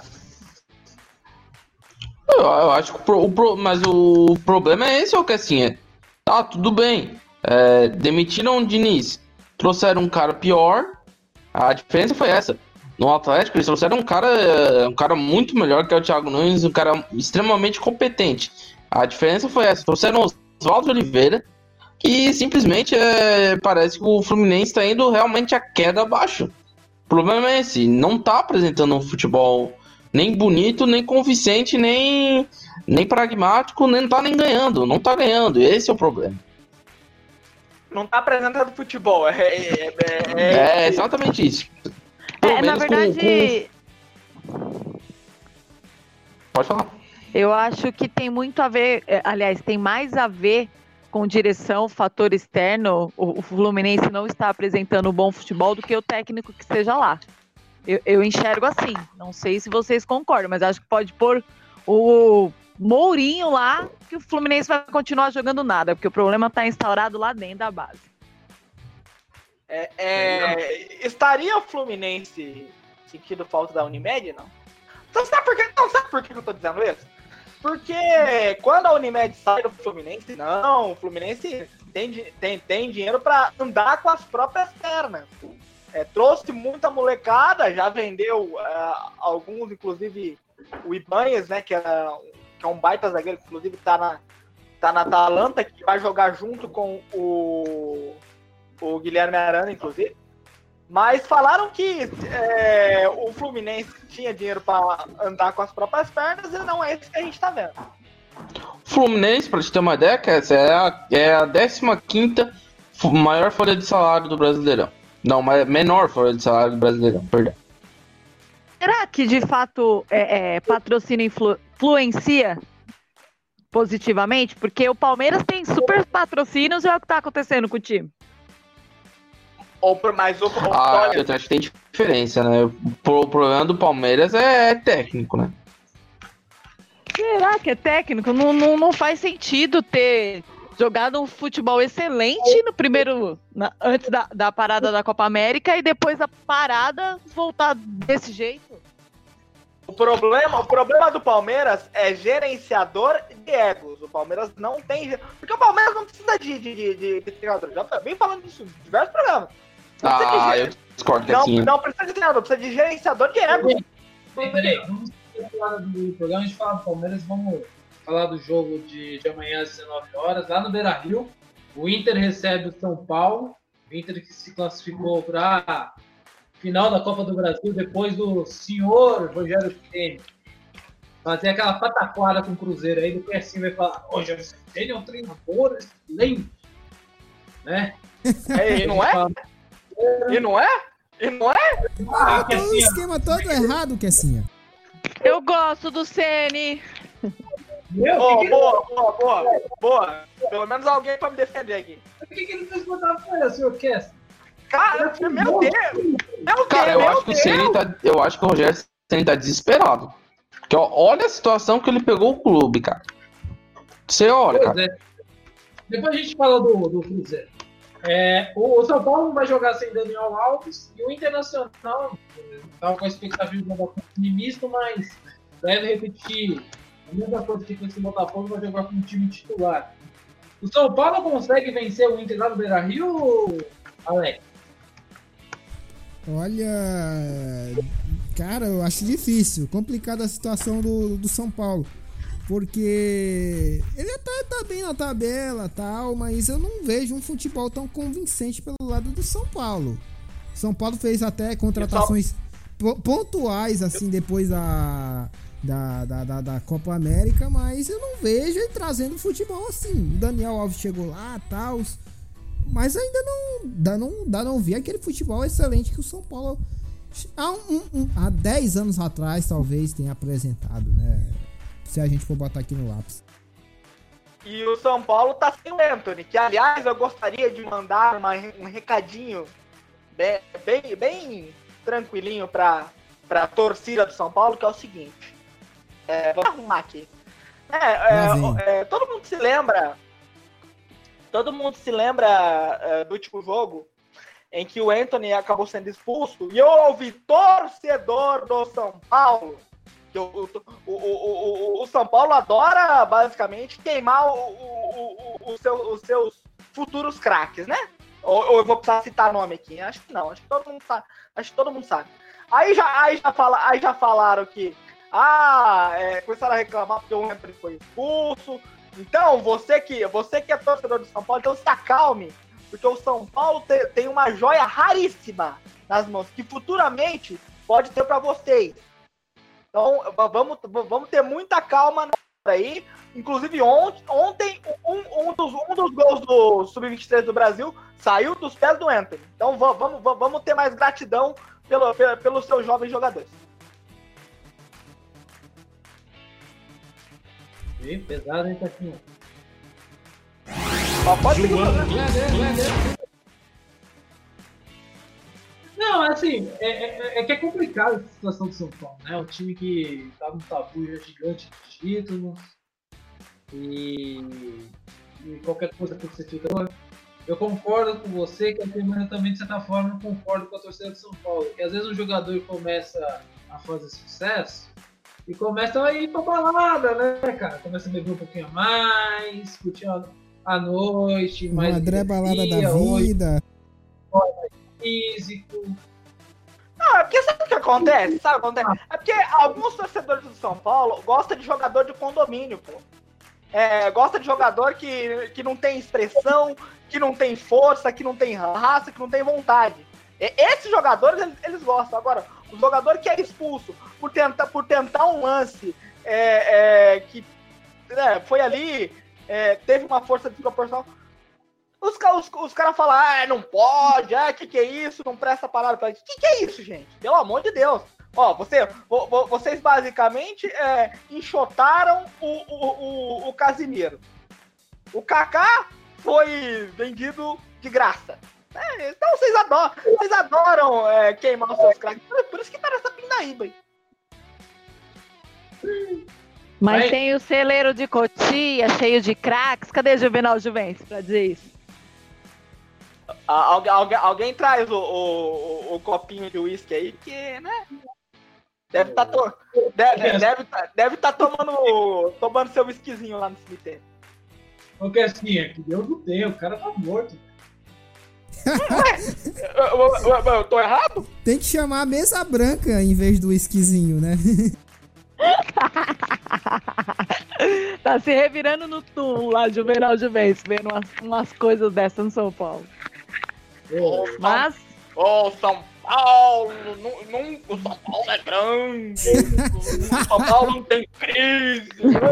Eu, eu acho que o, pro, o pro, mas o problema é esse, ou que assim, é, tá, tudo bem, é, demitiram o Diniz, trouxeram um cara pior, a diferença foi essa. No Atlético, eles trouxeram um cara, um cara muito melhor que é o Thiago Nunes, um cara extremamente competente. A diferença foi essa, trouxeram o Oswaldo Oliveira, que simplesmente é, parece que o Fluminense está indo realmente a queda abaixo. O problema é esse, não está apresentando um futebol nem bonito, nem convincente, nem, nem pragmático, nem não tá nem ganhando, não tá ganhando, esse é o problema. Não tá apresentando futebol. É, é, é, é, é exatamente isso. É, na verdade. Com, com... Pode falar. Eu acho que tem muito a ver. Aliás, tem mais a ver com direção, fator externo. O, o Fluminense não está apresentando um bom futebol do que o técnico que esteja lá. Eu, eu enxergo assim. Não sei se vocês concordam, mas acho que pode pôr o Mourinho lá, que o Fluminense vai continuar jogando nada, porque o problema está instaurado lá dentro da base. É, é, estaria o Fluminense sentindo falta da Unimed, não? Então, sabe por, que, não, sabe por que eu tô dizendo isso? Porque quando a Unimed sai do Fluminense, não, o Fluminense tem, tem, tem dinheiro para andar com as próprias pernas. É, trouxe muita molecada, já vendeu uh, alguns, inclusive o Ibanez, né, que é, que é um baita zagueiro, que inclusive tá na, tá na Atalanta, que vai jogar junto com o, o Guilherme Arana, inclusive. Mas falaram que é, o Fluminense tinha dinheiro para andar com as próprias pernas e não é isso que a gente tá vendo. Fluminense, para te ter uma ideia, essa é a, é a décima quinta maior folha de salário do Brasileirão. Não, mas menor folha de salário do Brasileirão, perdão. Será que de fato é, é, patrocínio influ, influencia positivamente? Porque o Palmeiras tem super patrocínios e é o que tá acontecendo com o time. Ou por mais o, o ah, eu acho que tem diferença, né? O problema do Palmeiras é técnico, né? Será que é técnico? Não, não, não faz sentido ter jogado um futebol excelente no primeiro, na, antes da, da parada da Copa América e depois da parada voltar desse jeito. O problema, o problema do Palmeiras é gerenciador de egos. O Palmeiras não tem... Porque o Palmeiras não precisa de, de, de, de, de treinador. Já vem falando disso em diversos programas. Ah, de, eu discordo não, assim. Não precisa de treinador, precisa de gerenciador de egos. Peraí, vamos falar do programa, a gente fala do Palmeiras, vamos falar do jogo de, de amanhã às dezenove horas, lá no Beira-Rio. O Inter recebe o São Paulo, o Inter que se classificou para a final da Copa do Brasil, depois do senhor Rogério Ceni fazer aquela pataquada com o Cruzeiro aí, do que assim vai falar, o Rogério Ceni é um treinador excelente, né? É, e não é? E não é? E não é? Ah, tem um esquema todo errado, Kessinha. Eu gosto do Ceni. Meu, Boa, que que boa, boa, boa, boa. Pelo menos alguém pra me defender aqui. ele, o que, que ele fez botar fora, senhor Kessler? Cara, meu Deus! Meu Cara, Deus, eu meu acho que o Deus. Ceni tá. Eu acho que o Rogério Ceni tá desesperado. Porque ó, olha a situação que ele pegou o clube, cara. Você olha, Pois cara. é. Depois a gente fala do, do Cruzeiro. É, o, o São Paulo vai jogar sem Daniel Alves e o Internacional estava com a expectativa de jogar com um time misto, mas deve repetir a mesma coisa que fez com o Botafogo, vai jogar com um time titular. O São Paulo consegue vencer o Inter lá no Beira-Rio, Alex? Olha, cara, eu acho difícil, complicada a situação do, do São Paulo, porque ele até tá bem na tabela tal, mas eu não vejo um futebol tão convincente pelo lado do São Paulo. São Paulo fez até contratações po- pontuais assim depois da, da, da, da, da Copa América, mas eu não vejo ele trazendo futebol assim. O Daniel Alves chegou lá tal, mas ainda não dá, não dá não ver aquele futebol excelente que o São Paulo há, um, um, há dez anos atrás talvez tenha apresentado, né? Se a gente for botar aqui no lápis. E o São Paulo tá sem o Anthony, que aliás eu gostaria de mandar uma, um recadinho bem, bem, bem tranquilinho pra, pra torcida do São Paulo, que é o seguinte. É, vamos arrumar aqui. É, é, é, todo mundo se lembra. Todo mundo se lembra é, do último jogo em que o Anthony acabou sendo expulso e eu ouvi torcedor do São Paulo. Que o, o, o, o, o São Paulo adora basicamente queimar o, o, o, o seu, os seus futuros craques, né? Ou, ou eu vou precisar citar nome aqui? Acho que não, acho que todo mundo sabe. Acho que todo mundo sabe. Aí já, aí já, fala, aí já falaram que ah, é, começaram a reclamar porque o Anthony foi expulso. Então, você que, você que é torcedor do São Paulo, então se acalme, porque o São Paulo te, tem uma joia raríssima nas mãos, que futuramente pode ter para vocês. Então, vamos, vamos ter muita calma aí. Inclusive, ontem, ontem um, um, dos, um dos gols do sub vinte e três do Brasil saiu dos pés do Anthony. Então, vamos, vamos, vamos ter mais gratidão pelo, pelo, pelos seus jovens jogadores. Bem pesado, hein, Taquinho? Pode Não, assim, é, é, é que é complicado essa situação do São Paulo, né? Um time que tá num tabu já gigante de títulos e, e qualquer coisa que você fica. Eu concordo com você, que eu também, de certa forma, concordo com a torcida do São Paulo. Que às vezes um jogador começa a fazer sucesso e começa a ir pra balada, né, cara? Começa a beber um pouquinho a mais, curtir a, a noite, mais. André balada da vida. Físico. Não, é porque sabe o que acontece? Sabe o que acontece? É porque alguns torcedores do São Paulo gostam de jogador de condomínio, pô. É, gosta de jogador que, que não tem expressão, que não tem força, que não tem raça, que não tem vontade. E, esses jogadores, eles, eles gostam. Agora, o jogador que é expulso por tentar, por tentar um lance é, é, que né, foi ali, é, teve uma força desproporcional. Os, os, os caras falam, ah, não pode, ah, que que é isso, não presta palavra pra gente. Que que é isso, gente? Pelo amor de Deus. Ó, você, vo, vo, vocês basicamente é, enxotaram o, o, o, o Casimiro. O Kaká foi vendido de graça. É, então vocês adoram, vocês adoram é, queimar os seus craques. Por isso que tá nessa pindaíba aí. Mas Vai. tem o celeiro de Cotia, cheio de craques. Cadê Juvenal Juventus pra dizer isso? Algu algu alguém traz o, o, o copinho de uísque aí, porque, né? Deve estar tá to deve, deve, deve tá tomando, tomando seu whiskyzinho lá no cemitério. Porque assim, é que Deus não tem, o cara tá morto. eu, eu, eu, eu tô errado? Tem que chamar a mesa branca em vez do esquisinho, né? Tá se revirando no túmulo lá, Juvenal Juventus, vendo umas, umas coisas dessas no São Paulo. Oh, Mas... Ô, oh, São Paulo, não, não, o São Paulo é grande, o São Paulo não tem crise.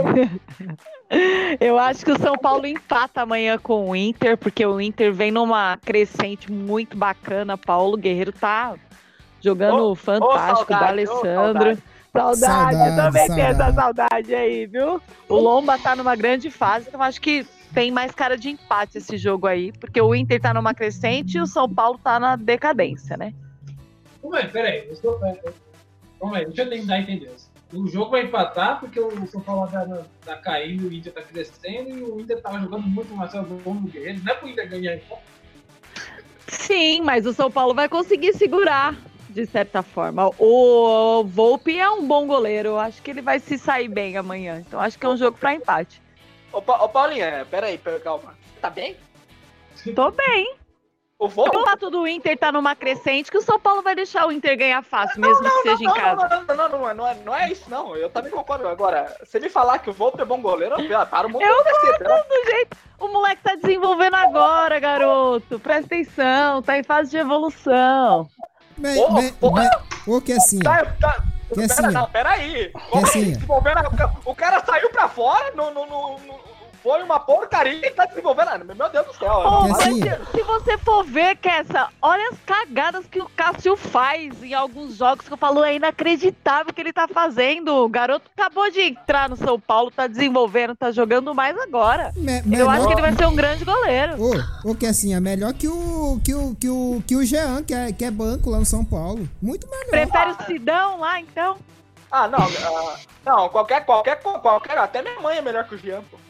Eu acho que o São Paulo empata amanhã com o Inter, porque o Inter vem numa crescente muito bacana. Paulo Guerreiro tá jogando oh, fantástico, oh, da Alessandro. Saudade, Saudade, eu também tenho essa saudade. saudade aí, viu? O Lomba tá numa grande fase, então acho que tem mais cara de empate esse jogo aí, porque o Inter tá numa crescente e o São Paulo tá na decadência, né? Como é? Peraí, eu estou... Calma aí, deixa eu tentar entender. O jogo vai empatar porque o São Paulo tá, tá caindo, o Inter tá crescendo e o Inter tava jogando muito mais o gol no Guerreiro. Não é pro Inter ganhar então. Sim, mas o São Paulo vai conseguir segurar, de certa forma. O Volpi é um bom goleiro, eu acho que ele vai se sair bem amanhã. Então acho que é um jogo pra empate. Ô, Pa- ô Paulinha, peraí, pera- calma. Tá bem? Tô bem. O Volpe... O fato do Inter tá numa crescente que o São Paulo vai deixar o Inter ganhar fácil, mesmo que seja em casa. Não, não, não, não, não, é- não, é, não é isso, não. Eu também concordo. Agora, se me falar que o Volpe é bom goleiro, eu para o mundo Eu acontecer, pera- Do jeito. O moleque tá desenvolvendo agora, garoto. Presta atenção, tá em fase de evolução. Me, Ô, me, ô, me, ô, que assim, Tá, tá, Que pera, assim, não, peraí. Como assim, assim, desenvolvendo a- O cara saiu pra fora, no, no, no- no- foi uma porcaria e tá desenvolvendo. Ah, Meu Deus do céu. Ô, Que mas assim- se, se você for ver, Kessa, olha as cagadas que o Cássio faz em alguns jogos que eu falo, é inacreditável o que ele tá fazendo. O garoto acabou de entrar no São Paulo, tá desenvolvendo, tá jogando mais agora. me, Eu melhor, acho que ele vai ser um grande goleiro. ô, ô, que assim, é melhor que o, que o, que o, que o Jean, que é, que é banco lá no São Paulo. Muito melhor. Prefere o Sidão lá, então? Ah, não. ah, não, qualquer, qualquer, qualquer. Até minha mãe é melhor que o Jean, pô.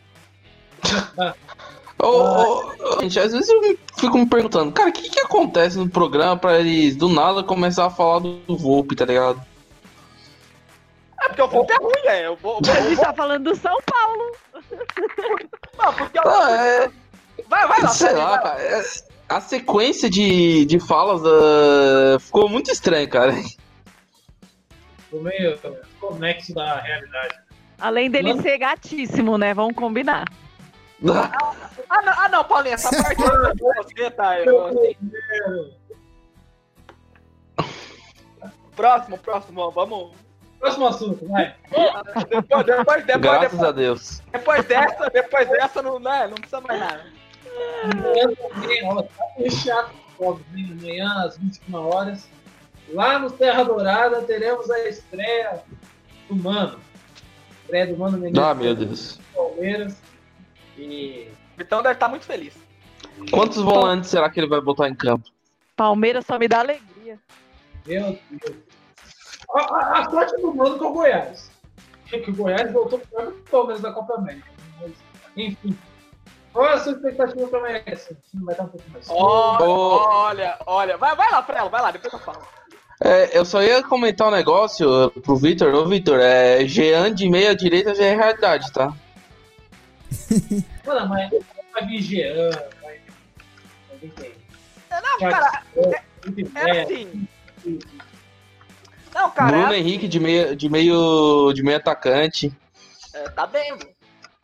Ô, ô, ô, gente, às vezes eu me- fico me perguntando, cara, o que que acontece no programa pra eles do nada começar a falar do Volpe, tá ligado? É porque o Volpe é ruim, é. Eu vou, A gente tá falando do São Paulo. não, porque eu, Ah, é, vai, vai lá, sei peraí, lá, vai lá. cara, é- a sequência de, de falas da- ficou muito estranha, cara. Ficou meio conexo da realidade. Além dele Mano. ser gatíssimo, né? Vamos combinar. Ah, não, ah, não, Paulinha, essa parte é com você, tá? Eu- Próximo, próximo, vamos. Próximo assunto, vai. Depois, depois, depois, Graças depois, a Deus. depois dessa, depois dessa, não, né, não precisa mais nada. Amanhã também, ó, tá fechado os jogos, hein? Amanhã às vinte e uma horas. Lá no Terra Dourada teremos a estreia do Mano. Estreia do Mano Menezes Ah, meu Deus. do Palmeiras. E Então deve estar muito feliz. Quantos volantes será que ele vai botar em campo? Palmeiras só me dá alegria. Meu Deus. A, a, a sorte do Mano com o Goiás. Que o Goiás voltou para o Palmeiras da Copa América. Mas, enfim. Qual é a sua expectativa para amanhã? Esse time vai estar um pouco mais. Olha, Ô. olha, olha. Vai, vai lá, Frelo, vai lá, depois eu falo. É, eu só ia comentar um negócio pro Vitor. Ô, Vitor, é, Jean de meia direita já é realidade, tá? Mano, mas vai vir Jean, vai. Vai vir quem? Não, Thiago cara, Silva, Felipe é Melo. assim. Não, cara, Bruno é, Henrique de meio, de meio, de meio atacante. é, tá bem, mano.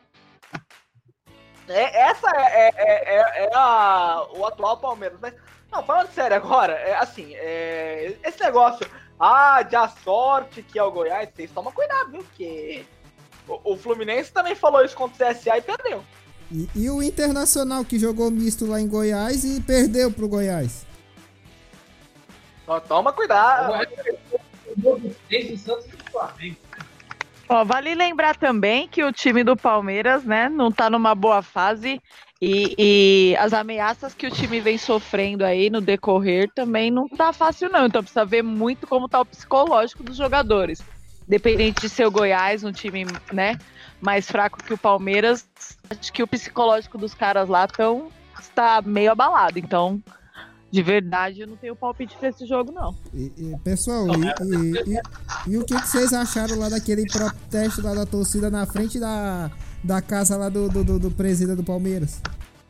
É, essa é, é, é, é a, o atual Palmeiras. Mas, não, falando sério agora, é assim, é, esse negócio, ah, de a sorte que é o Goiás, vocês tomam cuidado, viu? Porque o, o Fluminense também falou isso contra o C S A e perdeu. E, e o Internacional que jogou misto lá em Goiás e perdeu pro Goiás. Então, toma cuidado. Desde Santos e do Flamengo. Ó, vale lembrar também que o time do Palmeiras, né, não tá numa boa fase e, e as ameaças que o time vem sofrendo aí no decorrer também não tá fácil não, então precisa ver muito como tá o psicológico dos jogadores. Independente de ser o Goiás, um time, né, mais fraco que o Palmeiras, acho que o psicológico dos caras lá tão, está meio abalado, então de verdade eu não tenho palpite pra esse jogo não. E, e, pessoal, e, e- e- e o que, que vocês acharam lá daquele protesto lá da torcida na frente da, da casa lá do, do, do, do presidente do Palmeiras?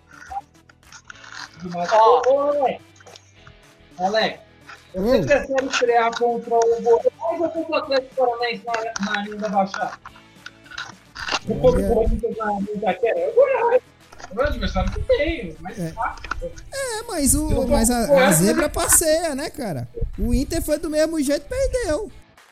Ó, ô, Alex. Alex, você Ô. prefere estrear contra o Goiás ou contra o Atlético Paranaense na, na Arena da Baixada? O Olha. Corinthians na na Itaquera é o Goiás. É o meu adversário que tem, mas É. fácil. É, mas, o, mas a, a zebra passeia, né, cara? O Inter foi do mesmo jeito e perdeu.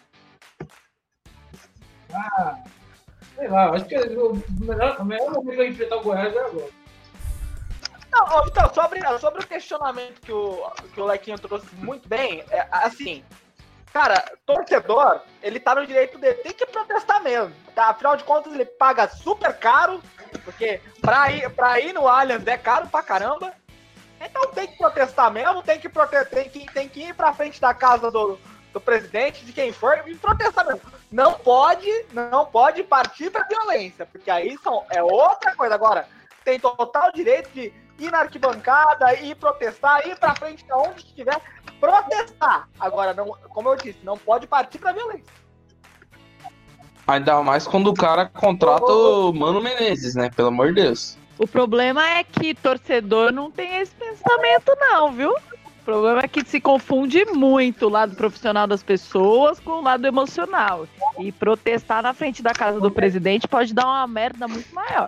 Ah, sei lá, acho que o melhor, o melhor momento pra enfrentar o Goiás é agora. Não, ó, então, sobre, sobre o questionamento que o, que o Lequinho trouxe muito bem, é, assim, Cara, torcedor, ele tá no direito dele, tem que protestar mesmo, tá? Afinal de contas, ele paga super caro, porque pra ir, pra ir no Allianz é caro pra caramba. Então tem que protestar mesmo, tem que, prote- tem que, tem que ir pra frente da casa do, do presidente, de quem for, e protestar mesmo. Não pode, não pode partir pra violência, porque aí são, é outra coisa. Agora, tem total direito de ir na arquibancada, ir protestar, ir pra frente de onde estiver, protestar. Agora, não, como eu disse, não pode partir pra violência. Ainda mais quando o cara contrata o Mano Menezes, né? Pelo amor de Deus. O problema é que torcedor não tem esse pensamento não, viu? O problema é que se confunde muito o lado profissional das pessoas com o lado emocional. E protestar na frente da casa do presidente pode dar uma merda muito maior.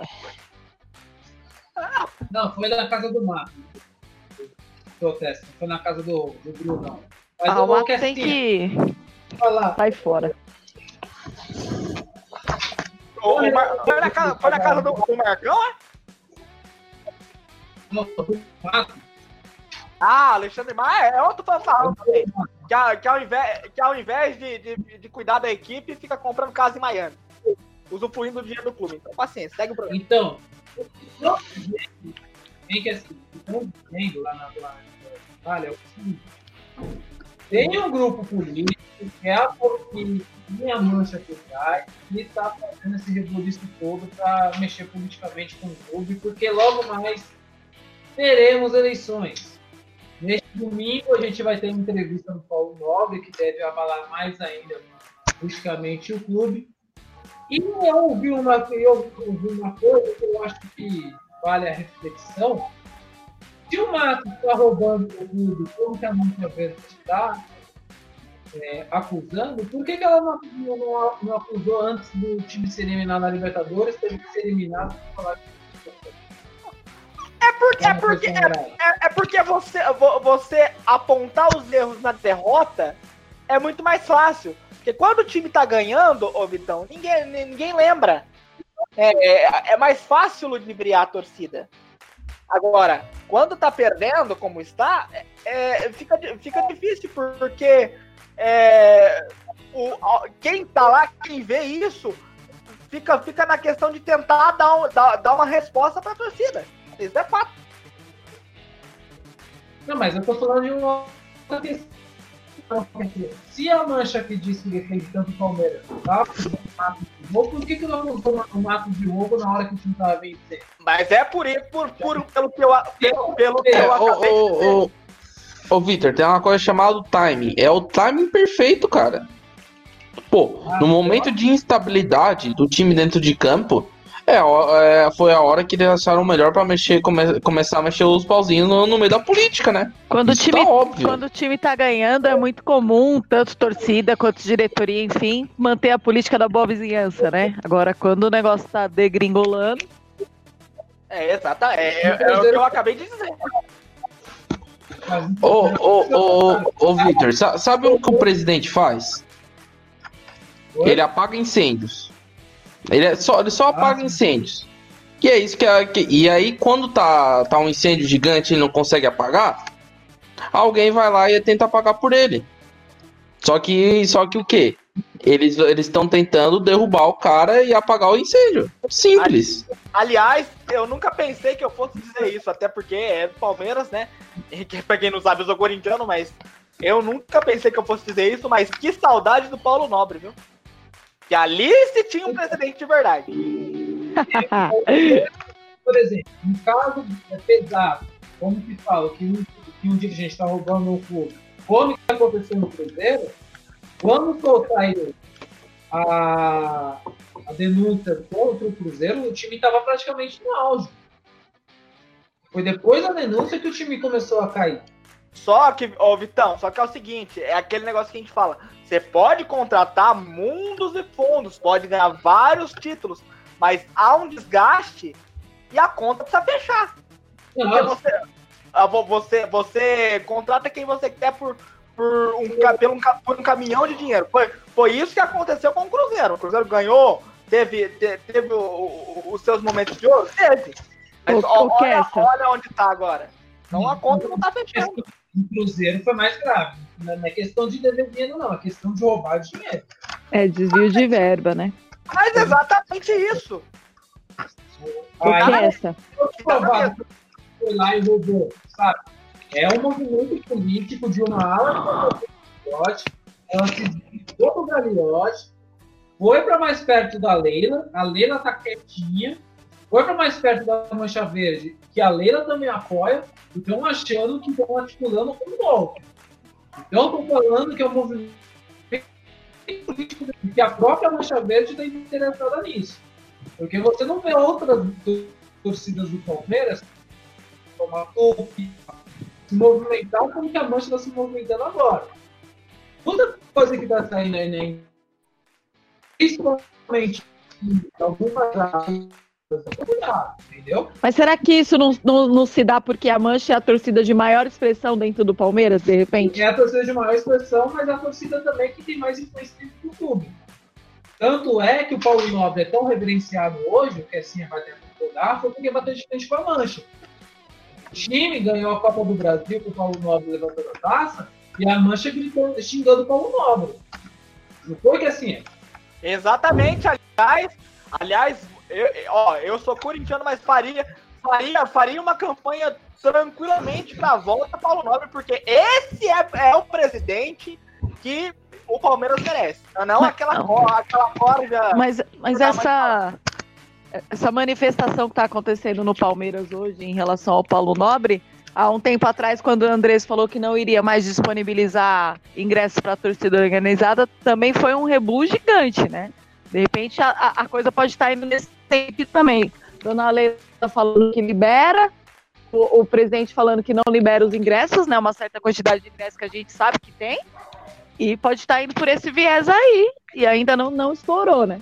Não, foi na casa do Marco. Protesto, não foi na casa do, do Bruno, não. Mas Ah, eu o vou Marco que tem assim, que falar. sair fora. O, o Mar... foi, na casa, foi na casa do, do Marcão, é? Não, do Marco. Ah, Alexandre Maia é outro fanfarrão também. Que, a- que ao invés, que ao invés de, de, de cuidar da equipe, fica comprando casa em Miami. Usufruindo do dinheiro do clube. Então, paciência, segue o programa. Então, tem que assim, estão dizendo lá na lá na Itália, é o seguinte, tem um grupo político que é a que minha mancha por trás e está fazendo esse rebuliço todo para mexer politicamente com o clube, porque logo mais teremos eleições. Neste domingo a gente vai ter uma entrevista no Paulo Nobre, que deve abalar mais ainda politicamente o clube. E eu ouvi uma, eu ouvi uma coisa que eu acho que vale a reflexão. Se o Matos está roubando o clube, como que a Mancha Verde está é, acusando, por que, que ela não, não, não acusou antes do time ser eliminado na Libertadores, teve que ser eliminado para falar que É porque, é porque, é, é- é porque você, vo- você apontar os erros na derrota é muito mais fácil. Porque quando o time tá ganhando, ô Vitão, ninguém, ninguém lembra. É, é, é mais fácil ludibriar a torcida. Agora, quando tá perdendo, como está, é, é, fica, di- fica difícil, porque é, o, a- quem tá lá, quem vê isso, fica, fica na questão de tentar dar, um- dar, dar uma resposta pra torcida. Isso é fato. Não, mas eu tô falando de uma outra questão. Se a Mancha que disse que defende tanto o Palmeiras tá acusando o Matos de roubo, por que, que não acusou o Matos de roubo na hora que o time tava vencendo? Mas é por isso, por, por, pelo que eu, pelo, pelo que É, eu acabei de ô, dizer. ô, ô, ô, Vitor, tem uma coisa chamada timing. É o timing perfeito, cara. Pô, no momento de instabilidade do time dentro de campo, é, é, foi a hora que eles acharam melhor pra mexer, come, começar a mexer os pauzinhos no, no meio da política, né? Quando o, Isso time, tá óbvio. quando o time tá ganhando, é muito comum, tanto torcida quanto diretoria, enfim, manter a política da boa vizinhança, né? Agora, quando o negócio tá degringolando, É, exato. É, é, é o que eu acabei de dizer. Ô, ô, ô, ô, ô, Vitor, sa- sabe o que o presidente faz? Ele apaga incêndios. Ele, é só, ele só apaga incêndios. Que é isso que, é, que E aí, quando tá, tá um incêndio gigante e ele não consegue apagar, alguém vai lá e tenta apagar por ele. Só que, só que o quê? Eles estão tentando derrubar o cara e apagar o incêndio. Simples. Aliás, eu nunca pensei que eu fosse dizer isso, até porque é do Palmeiras, né? E que, pra quem não sabe, eu sou corintiano, mas eu nunca pensei que eu fosse dizer isso, mas que saudade do Paulo Nobre, viu? Que ali se tinha um presidente de verdade. Por exemplo, um caso pesado, como que fala, que um, que um dirigente está roubando um clube, como que aconteceu no Cruzeiro, quando soltaram a, a denúncia contra o Cruzeiro, o time estava praticamente no auge. Foi depois da denúncia que o time começou a cair. Só que, ô Vitão, só que é o seguinte, é aquele negócio que a gente fala, você pode contratar mundos e fundos, pode ganhar vários títulos, mas há um desgaste e a conta precisa fechar. Porque você, ah, vo- você, você contrata quem você quer por, por, um, ca- pelo um, ca- por um caminhão de dinheiro. Foi, foi isso que aconteceu com o Cruzeiro. O Cruzeiro ganhou, teve, te- teve o- o- os seus momentos de ouro? Teve. Mas Ô, ó, ô, olha, Kessa. olha onde tá agora. Então a conta não tá fechando. no Cruzeiro foi mais grave. Não é questão de dever dinheiro, não. É questão de roubar dinheiro. É desvio de verba, né? Mas exatamente isso. O que é essa? Foi lá e roubou, sabe? É um movimento político de uma ala do Gagliotti. Ela se desligou do Gagliotti, foi para mais perto da Leila. A Leila tá quietinha. Foi para mais perto da Mancha Verde, que a Leila também apoia. E estão achando que estão articulando um golpe. Então, estou falando que é um movimento político que a própria Mancha Verde está interessada nisso. Porque você não vê outras torcidas do Palmeiras, como a Tupi, se movimentar como que a Mancha está se movimentando agora. Outra coisa que está saindo aí, né? Principalmente algumas entendeu? Mas será que isso não, não, não se dá porque a Mancha é a torcida de maior expressão dentro do Palmeiras, de repente? É a torcida de maior expressão, mas é a torcida também que tem mais influência dentro do clube. Tanto é que o Paulo Nobre é tão reverenciado hoje, o que assim vai ter que jogar, foi porque bateu de frente com a Mancha. O time ganhou a Copa do Brasil com o Paulo Nobre levantando a taça e a Mancha gritando, xingando o Paulo Nobre. Não foi que assim? Exatamente, aliás, aliás, eu, ó, eu sou corintiano, mas faria, faria, faria uma campanha tranquilamente para a volta Paulo Nobre, porque esse é, é o presidente que o Palmeiras merece. Não mas, aquela cor, aquela corja. Mas, mas essa, essa manifestação que está acontecendo no Palmeiras hoje em relação ao Paulo Nobre, há um tempo atrás, quando o Andrés falou que não iria mais disponibilizar ingressos para a torcida organizada, também foi um rebu gigante, né? De repente a, a coisa pode estar indo nesse tempo também. Dona Leila falando que libera, o, o presidente falando que não libera os ingressos, né? Uma certa quantidade de ingressos que a gente sabe que tem. E pode estar indo por esse viés aí. E ainda não, não estourou, né?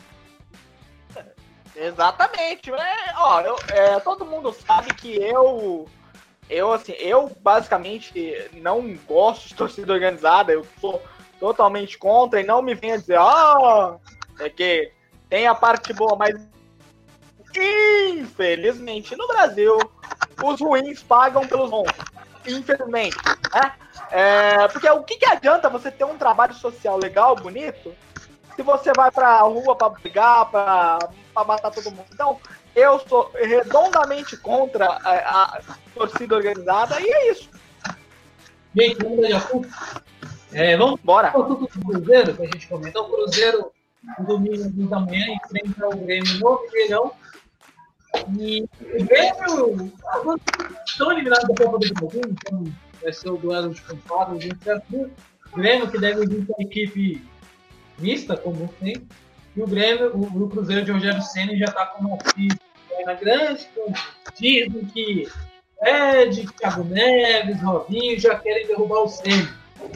Exatamente. É, ó, eu, é, todo mundo sabe que eu... Eu, assim, eu basicamente não gosto de torcida organizada. Eu sou totalmente contra. E não me venha dizer, ó... Oh, é que tem a parte boa, mas... Infelizmente, no Brasil, os ruins pagam pelos bons. Infelizmente, né? É, porque o que, que adianta você ter um trabalho social legal, bonito, se você vai pra rua pra brigar, pra, pra matar todo mundo? Então, eu sou redondamente contra a, a torcida organizada e é isso. Gente, vamos dar de assunto? É, vamos Bora. para o assunto do Cruzeiro, que a gente comentou. O Cruzeiro, no domingo da manhã, enfrenta o Grêmio no Mineirão. E o Grêmio estão eliminados da Copa do Brasil, então vai ser o duelo de compados entre as duas. O Grêmio, que deve vir com a equipe mista, como sempre, e o Grêmio, o, o Cruzeiro de Rogério Ceni já está com uma perna grande, com dizem que Ed, Thiago Neves, Robinho já querem derrubar o Ceni.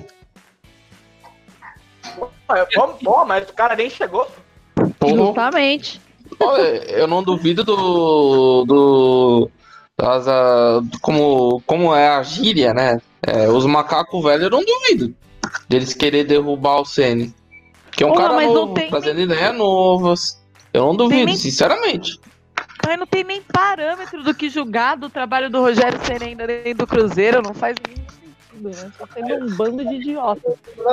Pô, mas o cara nem chegou. Justamente. Olha, eu não duvido do. do das, a, como, como é a gíria, né? É, os macacos velhos eu não duvido deles querer derrubar o Ceni. Que é um Porra, cara novo, tem trazendo nem... ideias novas. Eu não duvido, nem... sinceramente. Mas não tem nem parâmetro do que julgar do trabalho do Rogério Ceni ainda dentro do Cruzeiro. Não faz nenhum sentido, né? Tá sendo um bando de idiotas.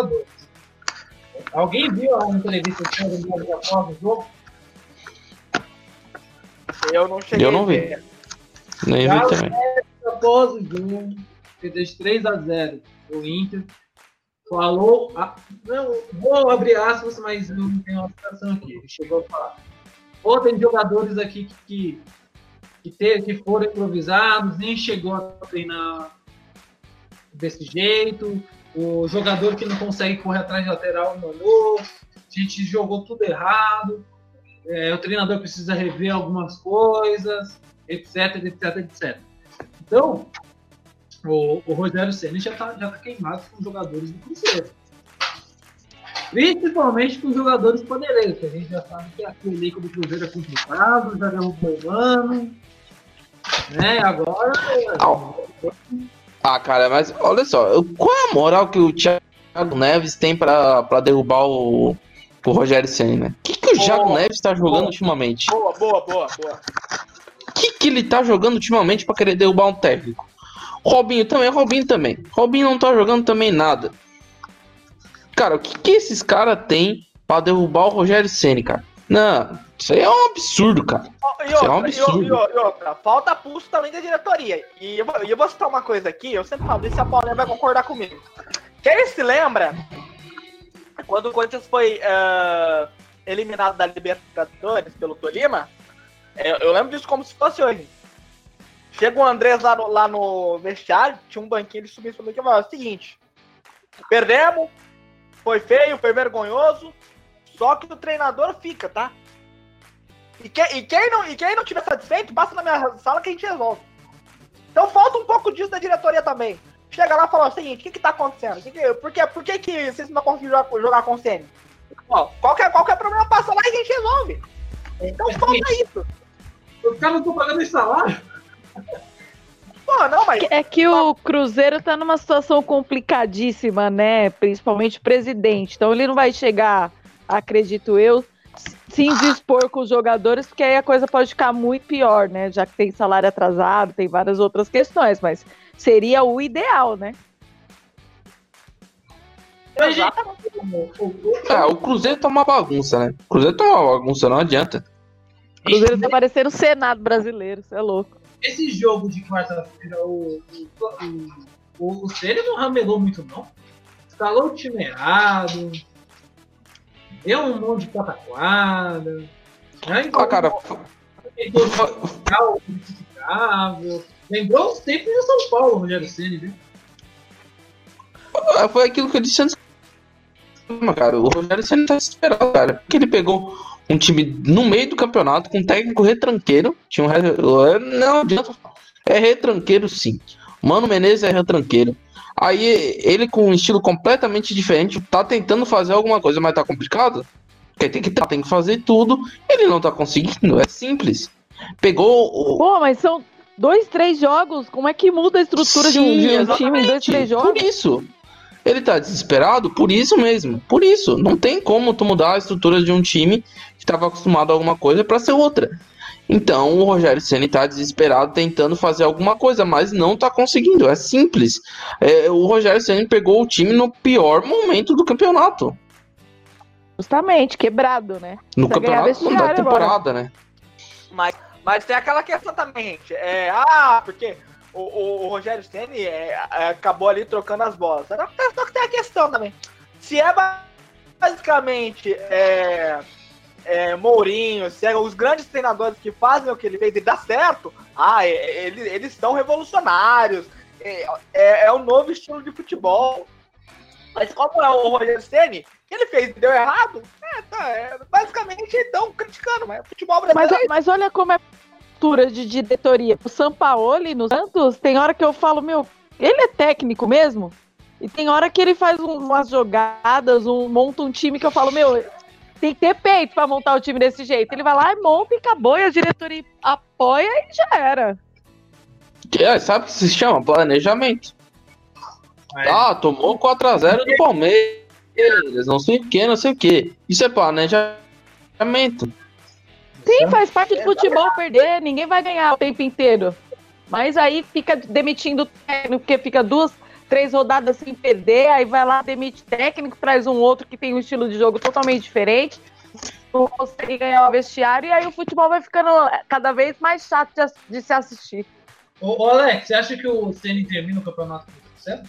Alguém viu a entrevista que fez no após o jogo? Eu não cheguei. Eu não vi. Nem vi também. Após o jogo, fez três a zero o Inter. Falou. A... Não, vou abrir aspas, mas não tem uma citação aqui. Ele chegou a falar. Ou tem jogadores aqui que, que, que, ter, que foram improvisados, nem chegou a treinar desse jeito. O jogador que não consegue correr atrás de lateral mandou. A gente jogou tudo errado. É, o treinador precisa rever algumas coisas, etc, etc, etcétera. Então, o, o Rogério Ceni já está já tá queimado com os jogadores do Cruzeiro. Principalmente com os jogadores poderosos, que a gente já sabe que aquele elenco do Cruzeiro é complicado, já derrubou o Mano, né? Agora... Ah, cara, mas olha só, qual é a moral que o Thiago Neves tem pra, pra derrubar o... o Rogério Ceni, né? O que, que o Thiago boa, Neves tá jogando boa, ultimamente? Boa, boa, boa, boa. O que, que ele tá jogando ultimamente pra querer derrubar um técnico? Robinho também, Robinho também. Robinho não tá jogando também nada. Cara, o que, que esses caras têm pra derrubar o Rogério Ceni, cara? Não, isso aí é um absurdo, cara. E Isso é um outra, e absurdo. outra, e outra, falta pulso também da diretoria. E eu, vou- e eu vou citar uma coisa aqui, eu sempre falo isso e a Paulinha vai concordar comigo. Quem se lembra quando o Corinthians foi ah, eliminado da Libertadores pelo Tolima? Eu, eu lembro disso como se fosse hoje. Chega o Andrés lá no, lá no vestiário, tinha um banquinho, ele subiu e falou que é o seguinte: perdemos, foi feio, foi vergonhoso, só que o treinador fica, tá? E, que, e, quem não, e quem não tiver satisfeito, passa na minha sala que a gente resolve. Então falta um pouco disso da diretoria também. Chega lá e fala o seguinte: o que que tá acontecendo? Que que, por, que, por que que vocês não conseguem jogar, jogar com o Ceni? Ó, qualquer, qualquer problema passa lá e a gente resolve. Então falta isso. Os caras não estão pagando esse salário. Pô, não, mas... É que o Cruzeiro tá numa situação complicadíssima, né? Principalmente o presidente. Então ele não vai chegar, acredito eu, se indispor com os jogadores, porque aí a coisa pode ficar muito pior, né? Já que tem salário atrasado, tem várias outras questões, mas seria o ideal, né? Exatamente. Ah, o Cruzeiro tá uma bagunça, né? O Cruzeiro tá uma bagunça, não adianta. O Cruzeiro tá parecendo o Senado brasileiro, você é louco. Esse jogo de quarta-feira, o, o, o, o Ceni não ramelou muito, não. Escalou o time errado. Deu um monte de pataquada. Ah, cara, Lembrou os tempos de São Paulo, Rogério Ceni, viu? foi aquilo que eu disse antes. Cara, o Rogério Ceni tá desesperado, cara. Porque ele pegou um time no meio do campeonato com um técnico retranqueiro. Tinha um re... Não adianta. É retranqueiro, sim. Mano Menezes é retranqueiro. Aí ele, com um estilo completamente diferente, tá tentando fazer alguma coisa, mas tá complicado. Porque tem que, tem que fazer tudo. Ele não tá conseguindo. É simples. Pegou o. Pô, mas são dois, três jogos. Como é que muda a estrutura de um, Sim, de um exatamente. time em dois, três jogos? Por isso. Ele tá desesperado por isso mesmo. Por isso. Não tem como tu mudar a estrutura de um time que estava acostumado a alguma coisa para ser outra. Então o Rogério Ceni tá desesperado tentando fazer alguma coisa, mas não tá conseguindo. É simples. É, o Rogério Ceni pegou o time no pior momento do campeonato. Justamente, quebrado, né? No Precisa ganhar campeonato não, da vestiário agora. temporada, né? Mas, mas tem aquela questão também, gente. É, ah, porque o, o, o Rogério Ceni é, é, acabou ali trocando as bolas. Só que tem a questão também. Se é basicamente é, é, Mourinho, se é os grandes treinadores que fazem o que ele fez e dá certo, ah, é, eles, eles são revolucionários. É, é, é um novo estilo de futebol. Mas como é o Rogério Ceni, que ele fez e deu errado, é, tá, é, basicamente estão criticando, mas futebol brasileiro. Mas, mas olha como é a cultura de diretoria. O Sampaoli no Santos, tem hora que eu falo, meu, ele é técnico mesmo? E tem hora que ele faz um, umas jogadas, um, monta um time que eu falo, meu, tem que ter peito pra montar o time desse jeito. Ele vai lá e monta e acabou, e a diretoria apoia e já era. É, sabe o que se chama? Planejamento. É. Ah, tomou quatro a zero do Palmeiras, não sei o que, não sei o que. Isso é planejamento. Sim, faz parte do futebol perder, ninguém vai ganhar o tempo inteiro. Mas aí fica demitindo o técnico, porque fica duas, três rodadas sem perder, aí vai lá, demite técnico, traz um outro que tem um estilo de jogo totalmente diferente, não consegue ganhar o vestiário, e aí o futebol vai ficando cada vez mais chato de, de se assistir. Ô, ô Alex, você acha que o Ceni termina o campeonato certo?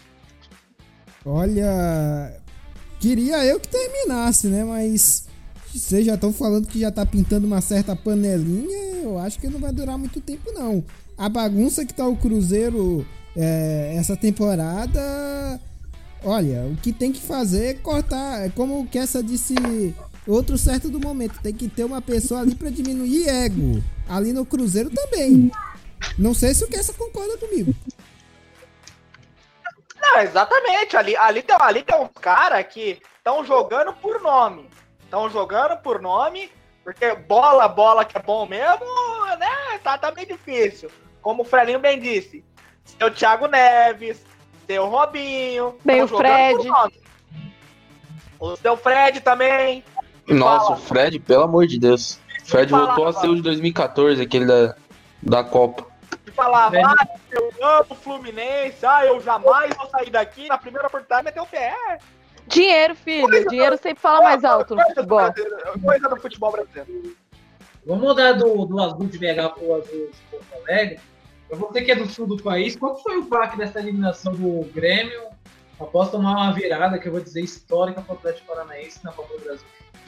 Olha, queria eu que terminasse, né? Mas vocês já estão falando que já tá pintando uma certa panelinha. Eu acho que não vai durar muito tempo, não. A bagunça que tá o Cruzeiro é, essa temporada. Olha, o que tem que fazer é cortar. É como o Kessa disse, outro certo do momento. Tem que ter uma pessoa ali pra diminuir ego. Ali no Cruzeiro também. Não sei se o Kessa concorda comigo. Não, exatamente. Ali, ali, tem, ali tem uns caras que estão jogando por nome. Estão jogando por nome, porque bola, bola que é bom mesmo, né? Tá, tá meio difícil. Como o Frelinho bem disse. Seu Thiago Neves, seu Robinho. Bem, o Fred. O seu Fred também. Nossa, fala. O Fred, pelo amor de Deus. O Fred Fala, voltou a fala. ser o de dois mil e quatorze, aquele da, da Copa. De falar, ah, eu amo o Fluminense, ah, eu jamais vou sair daqui, na primeira oportunidade meter o pé. Dinheiro, filho. Coisa Dinheiro do- sempre fala mais alto no coisa do futebol. brasileiro- Coisa do futebol brasileiro. Vamos mudar do, do azul de B H pro azul de Porto Alegre. Eu vou ter que é do sul do país. Qual foi o placar dessa eliminação do Grêmio? Após tomar uma virada, que eu vou dizer, histórica para o Atlético Paranaense na Copa do Brasil.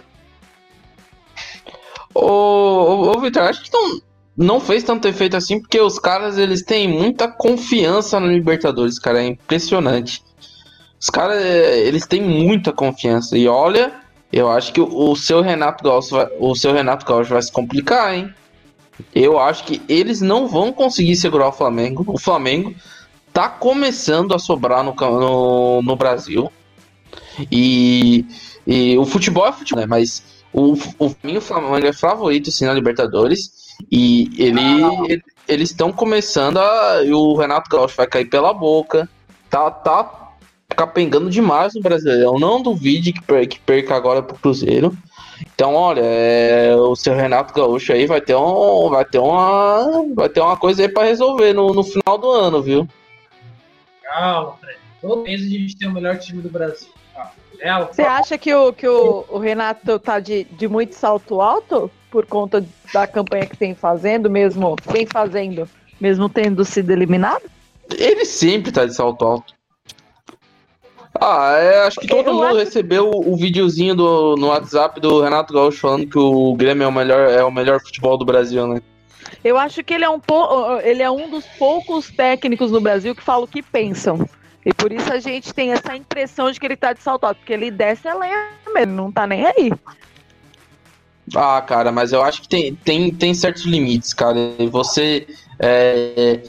Ô, ô, ô Vitor, acho que não, não fez tanto efeito assim, porque os caras eles têm muita confiança na Libertadores, cara. É impressionante. Os caras, é, eles têm muita confiança. E olha, eu acho que o, o seu Renato Gaúcho vai, o seu Renato Gaúcho vai se complicar, hein? Eu acho que eles não vão conseguir segurar o Flamengo. O Flamengo tá começando a sobrar no, no, no Brasil. E, e o futebol é futebol, né? Mas o, o, o Flamengo é favorito, sim, na Libertadores. E ele, eles estão começando a... E o Renato Gaúcho vai cair pela boca. Tá, tá capengando demais no Brasileirão. Não duvide que, per, que perca agora pro Cruzeiro. Então, olha, é, o seu Renato Gaúcho aí vai ter, um, vai ter, uma, vai ter uma coisa aí pra resolver no, no final do ano, viu? Calma, Fred. Todo mês a gente tem o melhor time do Brasil. Calma. É, Você acha que o, que o, o Renato tá de, de muito salto alto por conta da campanha que tem fazendo, mesmo vem fazendo, mesmo tendo sido eliminado? Ele sempre tá de salto alto. Ah, é, acho que todo Eu mundo acho- recebeu o, o videozinho do, no WhatsApp do Renato Gaúcho falando que o Grêmio é o melhor, é o melhor futebol do Brasil, né? Eu acho que ele é um, po- ele é um dos poucos técnicos no Brasil que falam o que pensam. E por isso a gente tem essa impressão de que ele tá de salto alto, porque ele desce a lenha mesmo, ele não tá nem aí. Ah, cara, mas eu acho que tem, tem, tem certos limites, cara. E você é,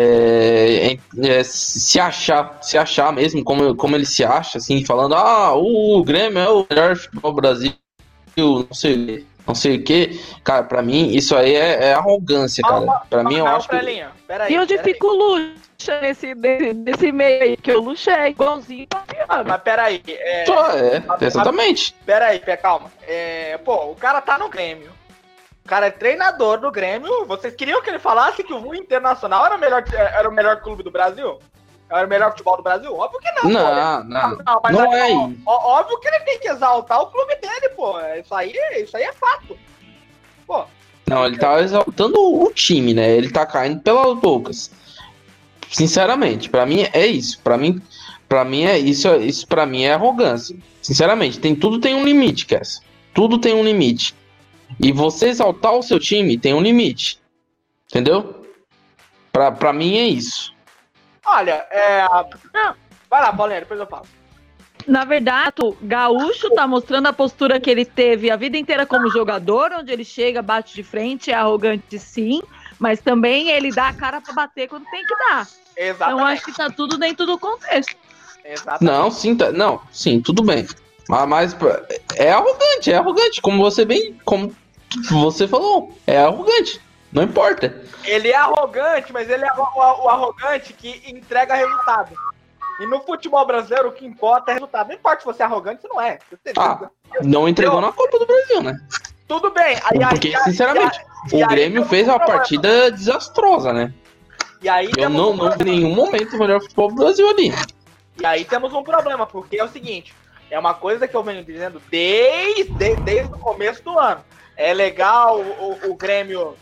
é, é, é, se achar, se achar mesmo, como, como ele se acha, assim, falando, ah, o Grêmio é o melhor futebol do Brasil, não sei, não sei o que. Cara, pra mim, isso aí é, é arrogância, cara. Pra mim, eu Não, acho que. Frelinho, peraí, E onde peraí. fica o Lucha nesse, nesse, nesse meio aí? Que o Lucha é igualzinho pra Ah, pior. mas peraí, é, Só é, exatamente. peraí, pé, calma. É, pô, o cara tá no Grêmio. O cara é treinador do Grêmio. Vocês queriam que ele falasse que o Internacional era o melhor, era o melhor clube do Brasil? Era o melhor futebol do Brasil? Óbvio que não, pô. Não, não, mas não aí, é ó, isso. ó, óbvio que ele tem que exaltar o clube dele, pô. Isso aí, isso aí é fato. Pô, Não, ele tá exaltando o time, né? Ele tá caindo pelas bocas. Sinceramente, pra mim é isso. Pra mim, para mim é isso. Isso para mim é arrogância. Sinceramente, tem tudo tem um limite, Cass. Tudo tem um limite. E você exaltar o seu time tem um limite. Entendeu? Pra, pra mim é isso. olha, é. Não, vai lá, Paulinha, depois eu falo. Na verdade, o Gaúcho tá mostrando a postura que ele teve a vida inteira como jogador, onde ele chega, bate de frente, é arrogante sim, mas também ele dá a cara pra bater quando tem que dar. Exatamente. Então acho que tá tudo dentro do contexto. Exatamente. Não, sim, tá, não, sim, tudo bem. Mas, mas é arrogante, é arrogante, como você bem, como você falou, é arrogante, não importa. Ele é arrogante, mas ele é o, o- o arrogante que entrega resultado. E no futebol brasileiro, o que importa é resultado. Não importa se você é arrogante, você não é. Você- Ah, não entregou na Copa do Brasil, né? Tudo bem. Aí, Porque, aí, aí, sinceramente, e aí- o Grêmio e aí fez temos uma um problema. partida desastrosa, né? E aí Eu temos não, um não vi problema. em nenhum momento o melhor futebol do Brasil ali. E aí temos um problema, porque é o seguinte, é uma coisa que eu venho dizendo desde, desde o começo do ano. É legal o, o, o Grêmio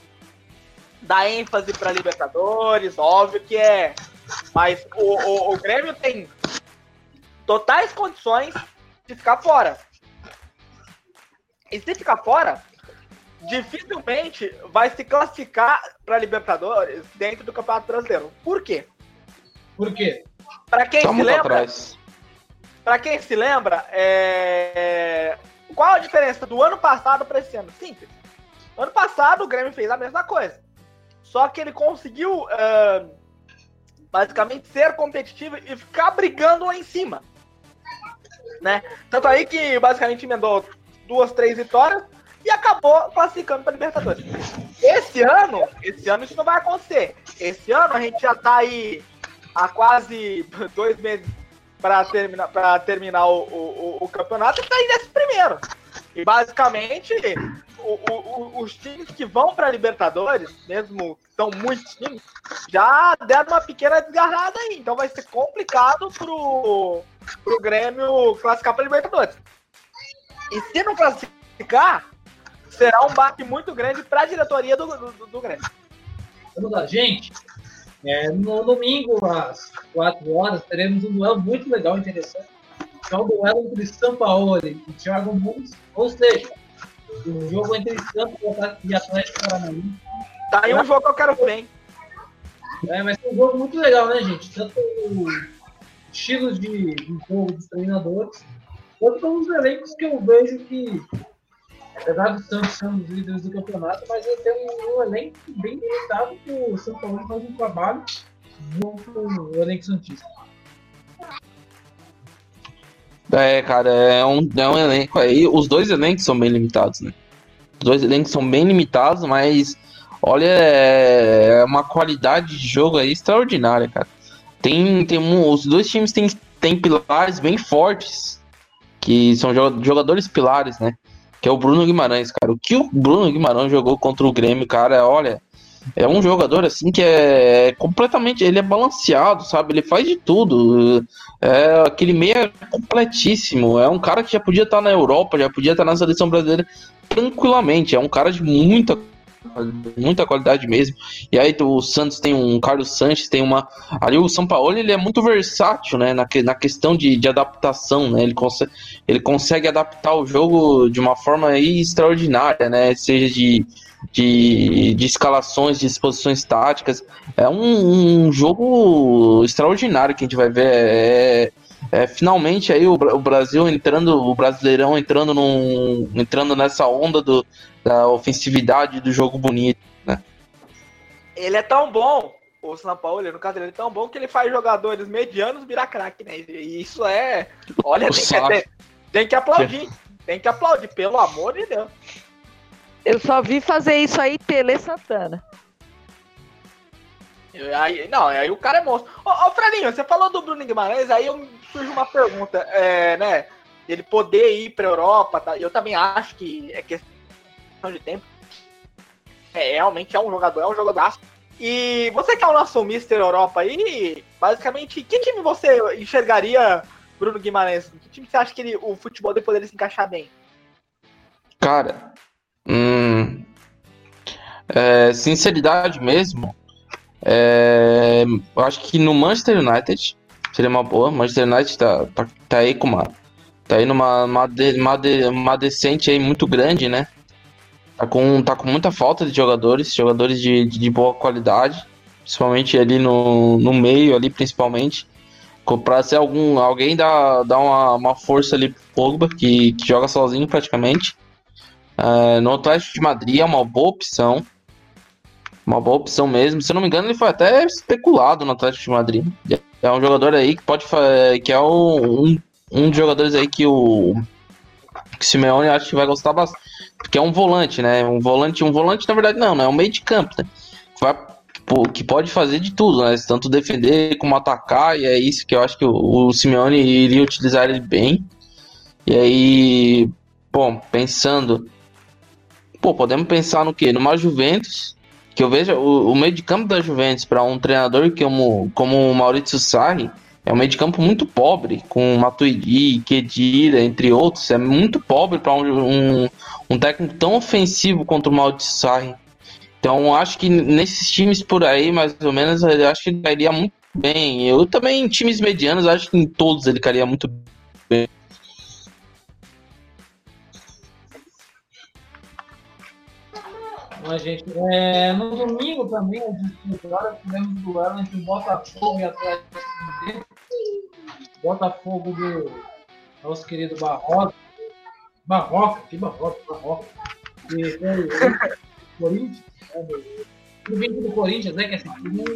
dar ênfase para Libertadores, óbvio que é. Mas o, o, o Grêmio tem totais condições de ficar fora. E se ficar fora, dificilmente vai se classificar para Libertadores dentro do Campeonato Brasileiro. Por quê? Por quê? Para quem Tá se muito lembra, atrás. Pra quem se lembra, é... qual a diferença do ano passado para esse ano? Simples. No ano passado o Grêmio fez a mesma coisa. Só que ele conseguiu ah, basicamente ser competitivo e ficar brigando lá em cima. Né? Tanto aí que basicamente emendou duas, três vitórias e acabou classificando para Libertadores. Esse ano, esse ano isso não vai acontecer. Esse ano a gente já tá aí há quase dois meses para terminar, pra terminar o, o, o campeonato e tá aí nesse primeiro. E basicamente o, o, o, os times que vão para Libertadores, mesmo que são muitos times, já deram uma pequena desgarrada aí. Então vai ser complicado pro, pro Grêmio classificar para Libertadores. E se não classificar, será um baque muito grande para a diretoria do, do, do Grêmio. Vamos lá, gente. É, no domingo, às quatro horas, teremos um duelo muito legal e interessante. É o duelo entre Sampaoli e Thiago Nunes. Ou seja, o jogo entre Santos e Atlético Paranaense. Tá aí um jogo que eu quero ver, hein? É, mas é um jogo muito legal, né, gente? Tanto estilos de, de jogo dos treinadores, quanto os elencos que eu vejo que, apesar do Santos ser um dos líderes do campeonato, mas ele tem um, um elenco bem limitado que o São Paulo faz um trabalho junto com o elenco santista. É, cara, é um, é um elenco aí. Os dois elencos são bem limitados, né? Os dois elencos são bem limitados, mas olha, é uma qualidade de jogo aí extraordinária, cara. Tem, tem um, os dois times têm, têm pilares bem fortes, que são jogadores pilares, né? Que é o Bruno Guimarães, cara. O que o Bruno Guimarães jogou contra o Grêmio, cara, olha, é um jogador assim que é completamente, ele é balanceado, sabe? Ele faz de tudo. É aquele meia completíssimo. É um cara que já podia estar na Europa, já podia estar na seleção brasileira tranquilamente. É um cara de muita muita qualidade mesmo. E aí o Santos tem um Carlos Sanches, tem uma... Ali o Sampaoli, ele é muito versátil, né? Na, que, na questão de, de adaptação, né? Ele consegue, ele consegue adaptar o jogo de uma forma aí extraordinária, né? Seja de, de, de escalações, de exposições táticas. É um, um jogo extraordinário que a gente vai ver. É, é, finalmente aí o, o Brasil entrando, o Brasileirão entrando, num, entrando nessa onda do, da ofensividade do jogo bonito, né? Ele é tão bom, o São Paulo, no caso, ele é tão bom que ele faz jogadores medianos virar craque, né? E isso é... Olha, tem que, tem, tem que aplaudir. Tem que aplaudir, pelo amor de Deus. Eu só vi fazer isso aí Tele Santana. Aí, não, aí o cara é monstro. Ô, ô Frelinho, você falou do Bruno Guimarães, aí eu, surge uma pergunta, é, né? Ele poder ir pra Europa, tá? Eu também acho que é questão de tempo. É, realmente é um jogador, é um jogador. E você que é o nosso mister Europa aí, basicamente, que time você enxergaria Bruno Guimarães? Que time você acha que ele, o futebol dele poderia se encaixar bem? Cara, hum, é, sinceridade mesmo, é, eu acho que no Manchester United seria uma boa. Manchester United tá, tá, tá aí com uma, tá aí numa uma, de, uma, de, uma decente aí muito grande, né? Tá com, tá com muita falta de jogadores, jogadores de, de, de boa qualidade, principalmente ali no, no meio, ali principalmente. Pra ser algum, alguém dar, dar uma, uma força ali pro Pogba, que, que joga sozinho praticamente. Uh, no Atlético de Madrid é uma boa opção. Uma boa opção mesmo. Se eu não me engano, ele foi até especulado no Atlético de Madrid. É um jogador aí que pode que é um, um dos jogadores aí que o que o Simeone acho que vai gostar bastante. Porque é um volante, né? Um volante, um volante na verdade não, né? É um meio de campo, né? Que, vai, que pode fazer de tudo, né? Tanto defender como atacar, e é isso que eu acho que o, o Simeone iria utilizar ele bem. E aí, bom, pensando, pô, podemos pensar no quê? Numa Juventus, que eu vejo o, o meio de campo da Juventus para um treinador como, como o Maurizio Sarri, é um meio de campo muito pobre, com Matuidi, Khedira, entre outros. É muito pobre para um, um, um técnico tão ofensivo quanto o Maurizio Sarri. Então, acho que nesses times por aí, mais ou menos, eu acho que ele cairia muito bem. Eu também, em times medianos, acho que em todos ele cairia muito bem. Mas, gente, é, no domingo também, às dezesseis horas, tivemos o duelo entre o Botafogo e Atlético Mineiro. Botafogo do nosso querido Barroca. Barroca, que Barroca, Barroca. E foi o Corinthians, né? O vinte do Corinthians, né? Que assim,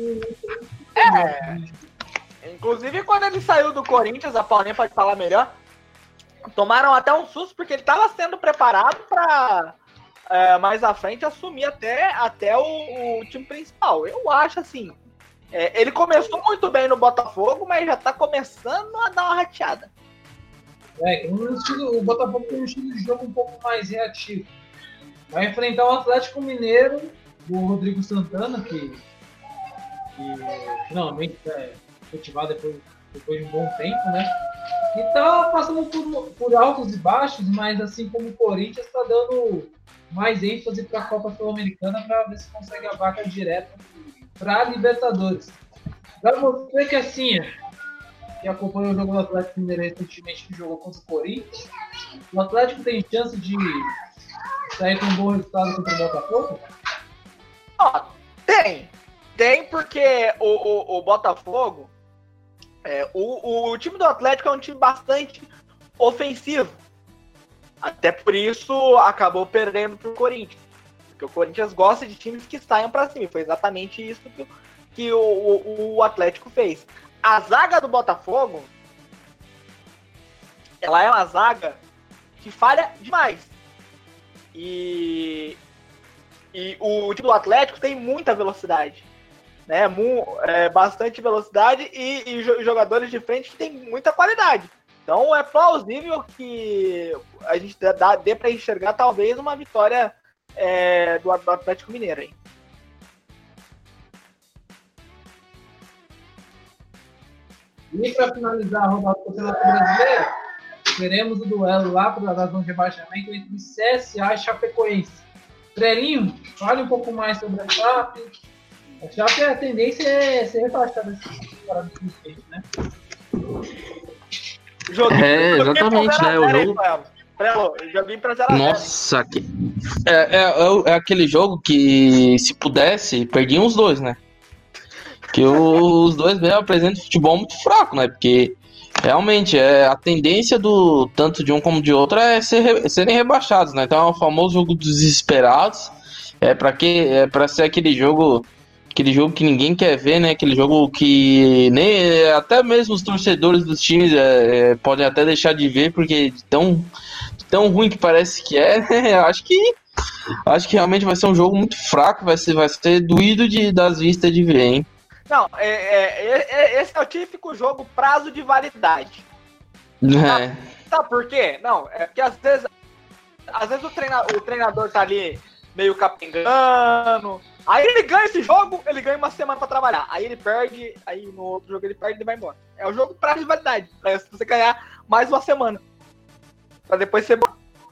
é. Inclusive, quando ele saiu do Corinthians, a Paulinha pode falar melhor, tomaram até um susto, porque ele estava sendo preparado para é, mais à frente assumir até, até o, o time principal. Eu acho assim. É, ele começou muito bem no Botafogo, mas já tá começando a dar uma rateada. É, um estilo, o Botafogo tem um estilo de jogo um pouco mais reativo. vai enfrentar o Atlético Mineiro do Rodrigo Santana, que, que finalmente é efetivado depois, depois de um bom tempo, né? E tá passando por, por altos e baixos, mas assim como o Corinthians está dando mais ênfase para a Copa Sul-Americana para ver se consegue a vaga direta para a Libertadores. Para você que assim, que acompanhou o jogo do Atlético Mineiro recentemente, que jogou contra o Corinthians, o Atlético tem chance de sair com um bom resultado contra o Botafogo? Ó, tem. Tem porque o, o, o Botafogo, é, o, o time do Atlético é um time bastante ofensivo. Até por isso acabou perdendo pro Corinthians. Porque o Corinthians gosta de times que saiam pra cima. Foi exatamente isso que, que o, o, o Atlético fez. A zaga do Botafogo, ela é uma zaga que falha demais. E, e o time do Atlético tem muita velocidade. Né? É, bastante velocidade e, e jogadores de frente que tem muita qualidade. Então é plausível que a gente dá, dê para enxergar talvez uma vitória é, do, do Atlético Mineiro. Hein? E para finalizar a rodada do Campeonato Brasileiro, teremos o duelo lá para a zona de rebaixamento entre C S A e Chapecoense. Trelinho, fale um pouco mais sobre a Chape. A Chape, a tendência é ser rebaixada nesse temporada do Vicente, né? Joguinho, é, exatamente, né? O jogo. Joguinho pra zero a zero. Nossa, que... é, é, é aquele jogo que, se pudesse, perdiam os dois, né? Porque os dois mesmo apresentam futebol muito fraco, né? Porque realmente é, a tendência do tanto de um como de outro é ser, serem rebaixados, né? Então é o famoso jogo dos desesperados. É para que é para ser aquele jogo, aquele jogo que ninguém quer ver, né? Aquele jogo que nem até mesmo os torcedores dos times é, é, podem até deixar de ver porque tão tão ruim que parece que é. acho que acho que realmente vai ser um jogo muito fraco, vai ser vai ser doído de das vistas de ver, hein? Não, é, é, é, esse é o típico jogo prazo de validade. É. Sabe, sabe por quê? Não, é porque às vezes, às vezes o, treina, o treinador tá ali meio capengando, aí ele ganha esse jogo, ele ganha uma semana pra trabalhar, aí ele perde, aí no outro jogo ele perde e vai embora. É o jogo prazo de validade, pra você ganhar mais uma semana, pra depois ser bom.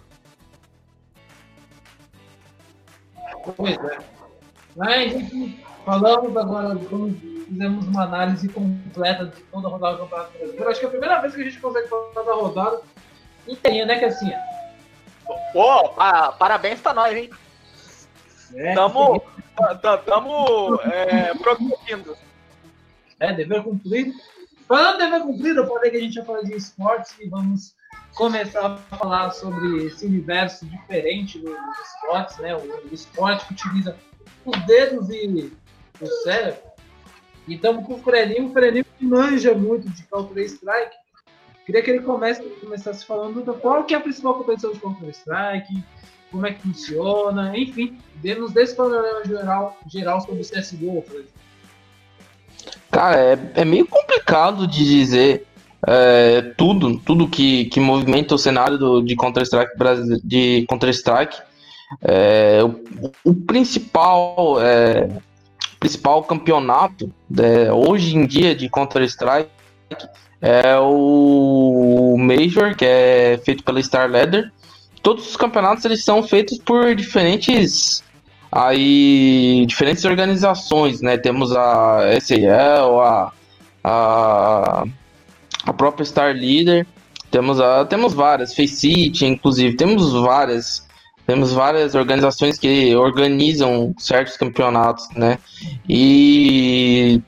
Pois é. Mas, enfim, falamos agora, fizemos uma análise completa de toda a rodada do Campeonato Brasileiro. Acho que é a primeira vez que a gente consegue falar da rodada inteirinha, né, Cassinha? Pô, pa, parabéns pra nós, hein? É, tamo tamo é, progredindo. É, dever cumprido. Falando de dever cumprido, eu falei que a gente ia falar de esportes e vamos começar a falar sobre esse universo diferente dos esportes, né? O, o esporte que utiliza os dedos e o cérebro. E estamos com o Freninho, o Freninho que manja muito de Counter-Strike. Queria que ele comece, começasse falando do qual que é a principal competição de Counter-Strike, como é que funciona, enfim, nos dê esse panorama geral, geral sobre o C S G O, por exemplo. Cara, é, é meio complicado de dizer é, tudo, tudo que, que movimenta o cenário do, de Counter-Strike, de Counter-Strike. É, o, o principal é, principal campeonato é, hoje em dia de Counter-Strike é o Major, que é feito pela Star Leather. Todos os campeonatos eles são feitos por diferentes aí diferentes organizações, né? Temos a S A L, a, a, a própria Star Leader, temos a temos várias, Faceit, inclusive, temos várias temos várias organizações que organizam certos campeonatos, né? E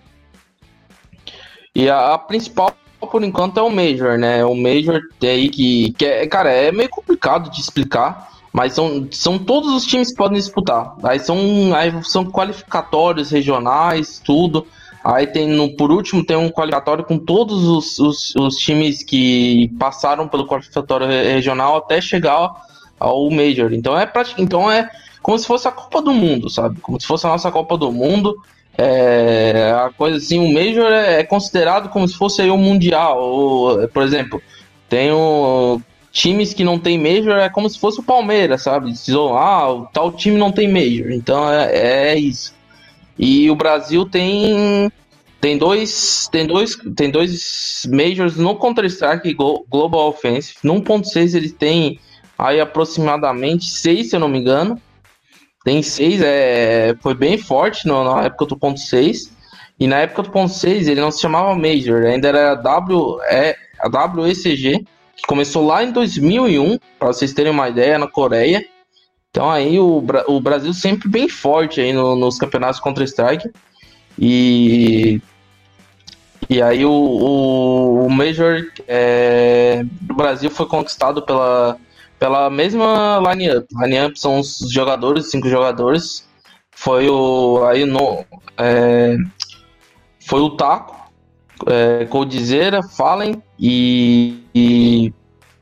e a, a principal por enquanto é o Major, né? O Major aí que, que é, cara, é meio complicado de explicar, mas são, são todos os times que podem disputar. Aí são, aí são qualificatórios regionais, tudo. Aí tem, no, por último, tem um qualificatório com todos os, os, os times que passaram pelo qualificatório regional até chegar ao Major. Então é, então é como se fosse a Copa do Mundo, sabe? Como se fosse a nossa Copa do Mundo. É, a coisa assim, o Major é considerado como se fosse aí um mundial. Ou, por exemplo, tem o, times que não tem Major é como se fosse o Palmeiras, sabe? Ah, o tal time não tem Major, então é, é isso. E o Brasil tem tem dois tem dois tem dois Majors no Counter-Strike Global Offensive. No um ponto seis ele tem aí aproximadamente seis, se eu não me engano. Tem seis, é, foi bem forte no, na época do ponto seis. E na época do ponto seis ele não se chamava Major, ainda era W, é, a W E C G, que começou lá em dois mil e um, para vocês terem uma ideia, na Coreia. Então aí o, o Brasil sempre bem forte aí no, nos campeonatos Counter-Strike. E, e aí o, o, o Major é, do Brasil foi conquistado pela, pela mesma line-up. Line-up são os jogadores, cinco jogadores. Foi o, aí no, é, foi o Taco, é, Coldzera, Fallen e, e...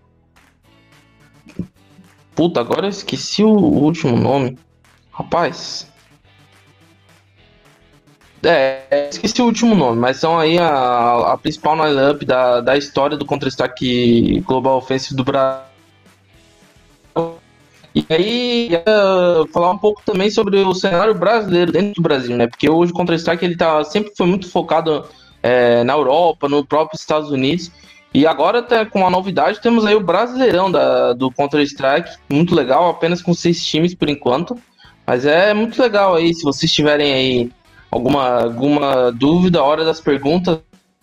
Puta, agora eu esqueci o último nome. Rapaz. É, esqueci o último nome, mas são aí a, a principal line-up da, da história do Counter-Strike Global Offensive do Brasil. E aí, uh, falar um pouco também sobre o cenário brasileiro dentro do Brasil, né? Porque hoje o Counter-Strike ele tá, sempre foi muito focado é, na Europa, no próprio Estados Unidos. E agora, tá, com uma novidade, temos aí o Brasileirão da, do Counter-Strike, muito legal, apenas com seis times por enquanto. Mas é muito legal aí, se vocês tiverem aí alguma, alguma dúvida, hora das perguntas,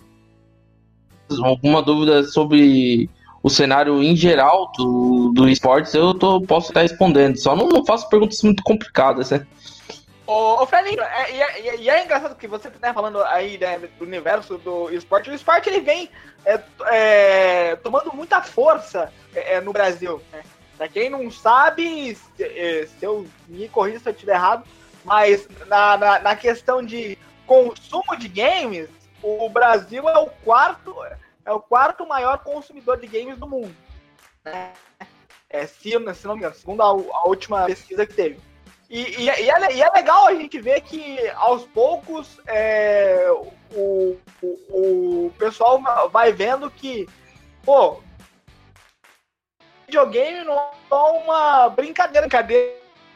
alguma dúvida sobre o cenário em geral do, do esportes, eu tô, posso estar respondendo. Só não, não faço perguntas muito complicadas, né? Ô, ô Fredinho, é, e, é, e é engraçado que você tá falando aí, né, do universo do esporte. O esporte ele vem é, é, tomando muita força é, no Brasil, né? Pra quem não sabe, se, se eu me corrija se eu estiver errado, mas na, na, na questão de consumo de games, o Brasil é o quarto, é o quarto maior consumidor de games do mundo, né? É, se, se não me engano, segundo a, a última pesquisa que teve. E, e, e, é, e é legal a gente ver que, aos poucos, é, o, o, o pessoal vai vendo que, pô, videogame não é uma brincadeira, brincadeira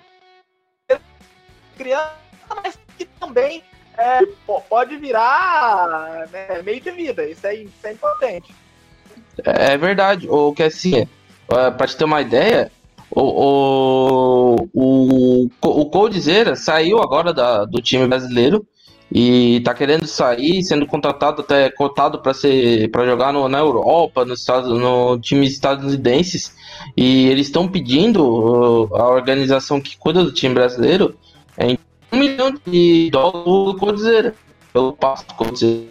criança, mas que também é, pode virar, né, meio de vida. Isso é, isso é importante. É verdade. O que assim, pra te ter uma ideia, o, o, o, o Coldzera saiu agora da, do time brasileiro e tá querendo sair, sendo contratado, até cotado para ser para jogar no, na Europa, no, estado, no time estadunidenses. E eles estão pedindo, a organização que cuida do time brasileiro, em um milhão de dólares do Coldzera, pelo passo do Coldzera.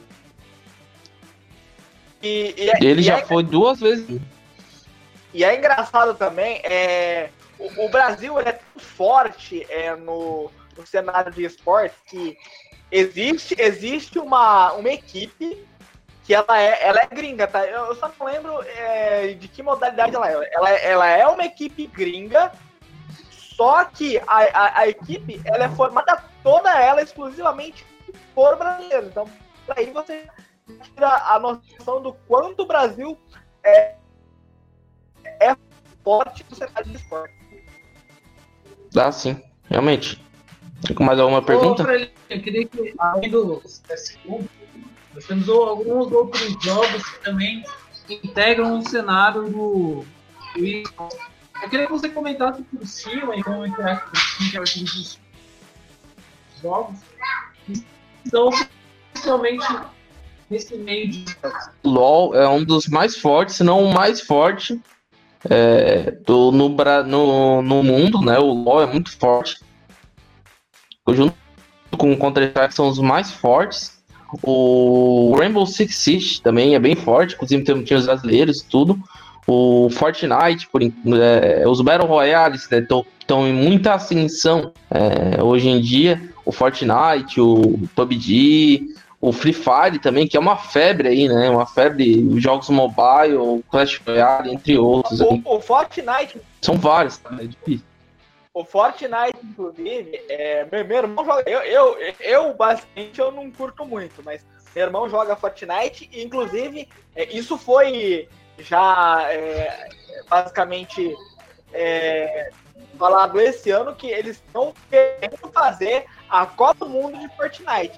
E, e, é, ele e já é, foi duas vezes. E é engraçado também, é, o, o Brasil ele é tão forte é, no, no cenário de esportes que existe, existe uma, uma equipe que ela é, ela é gringa, tá? Eu só não lembro é, de que modalidade ela é. Ela, ela é uma equipe gringa, só que a, a, a equipe ela é formada toda ela exclusivamente por brasileiros. Então, aí você tira a noção do quanto o Brasil é, é forte no cenário de esporte. Dá sim, realmente. Tem mais alguma pergunta? Ô, Fred, eu queria que, além do C S G O, nós temos alguns outros jogos que também integram o cenário do, do esporte. Eu queria que você comentasse por cima, então, entre os jogos que estão principalmente nesse meio de... O LoL é um dos mais fortes, se não o mais forte é, do, no, no, no mundo, né? O LoL é muito forte. Junto com o Counter-Strike são os mais fortes. O Rainbow Six Siege também é bem forte, inclusive tem times brasileiros e tudo. O Fortnite, por, é, os Battle Royales estão né, em muita ascensão é, hoje em dia. O Fortnite, o P U B G, o Free Fire também, que é uma febre aí, né? Uma febre, os jogos mobile, o Clash Royale, entre outros. O, o Fortnite... São vários, tá? É difícil. O Fortnite, inclusive, é, meu, meu irmão joga... Eu, eu, eu, basicamente, eu não curto muito, mas meu irmão joga Fortnite e, inclusive, é, isso foi já... É, basicamente é, falado esse ano que eles estão querendo fazer a Copa do Mundo de Fortnite.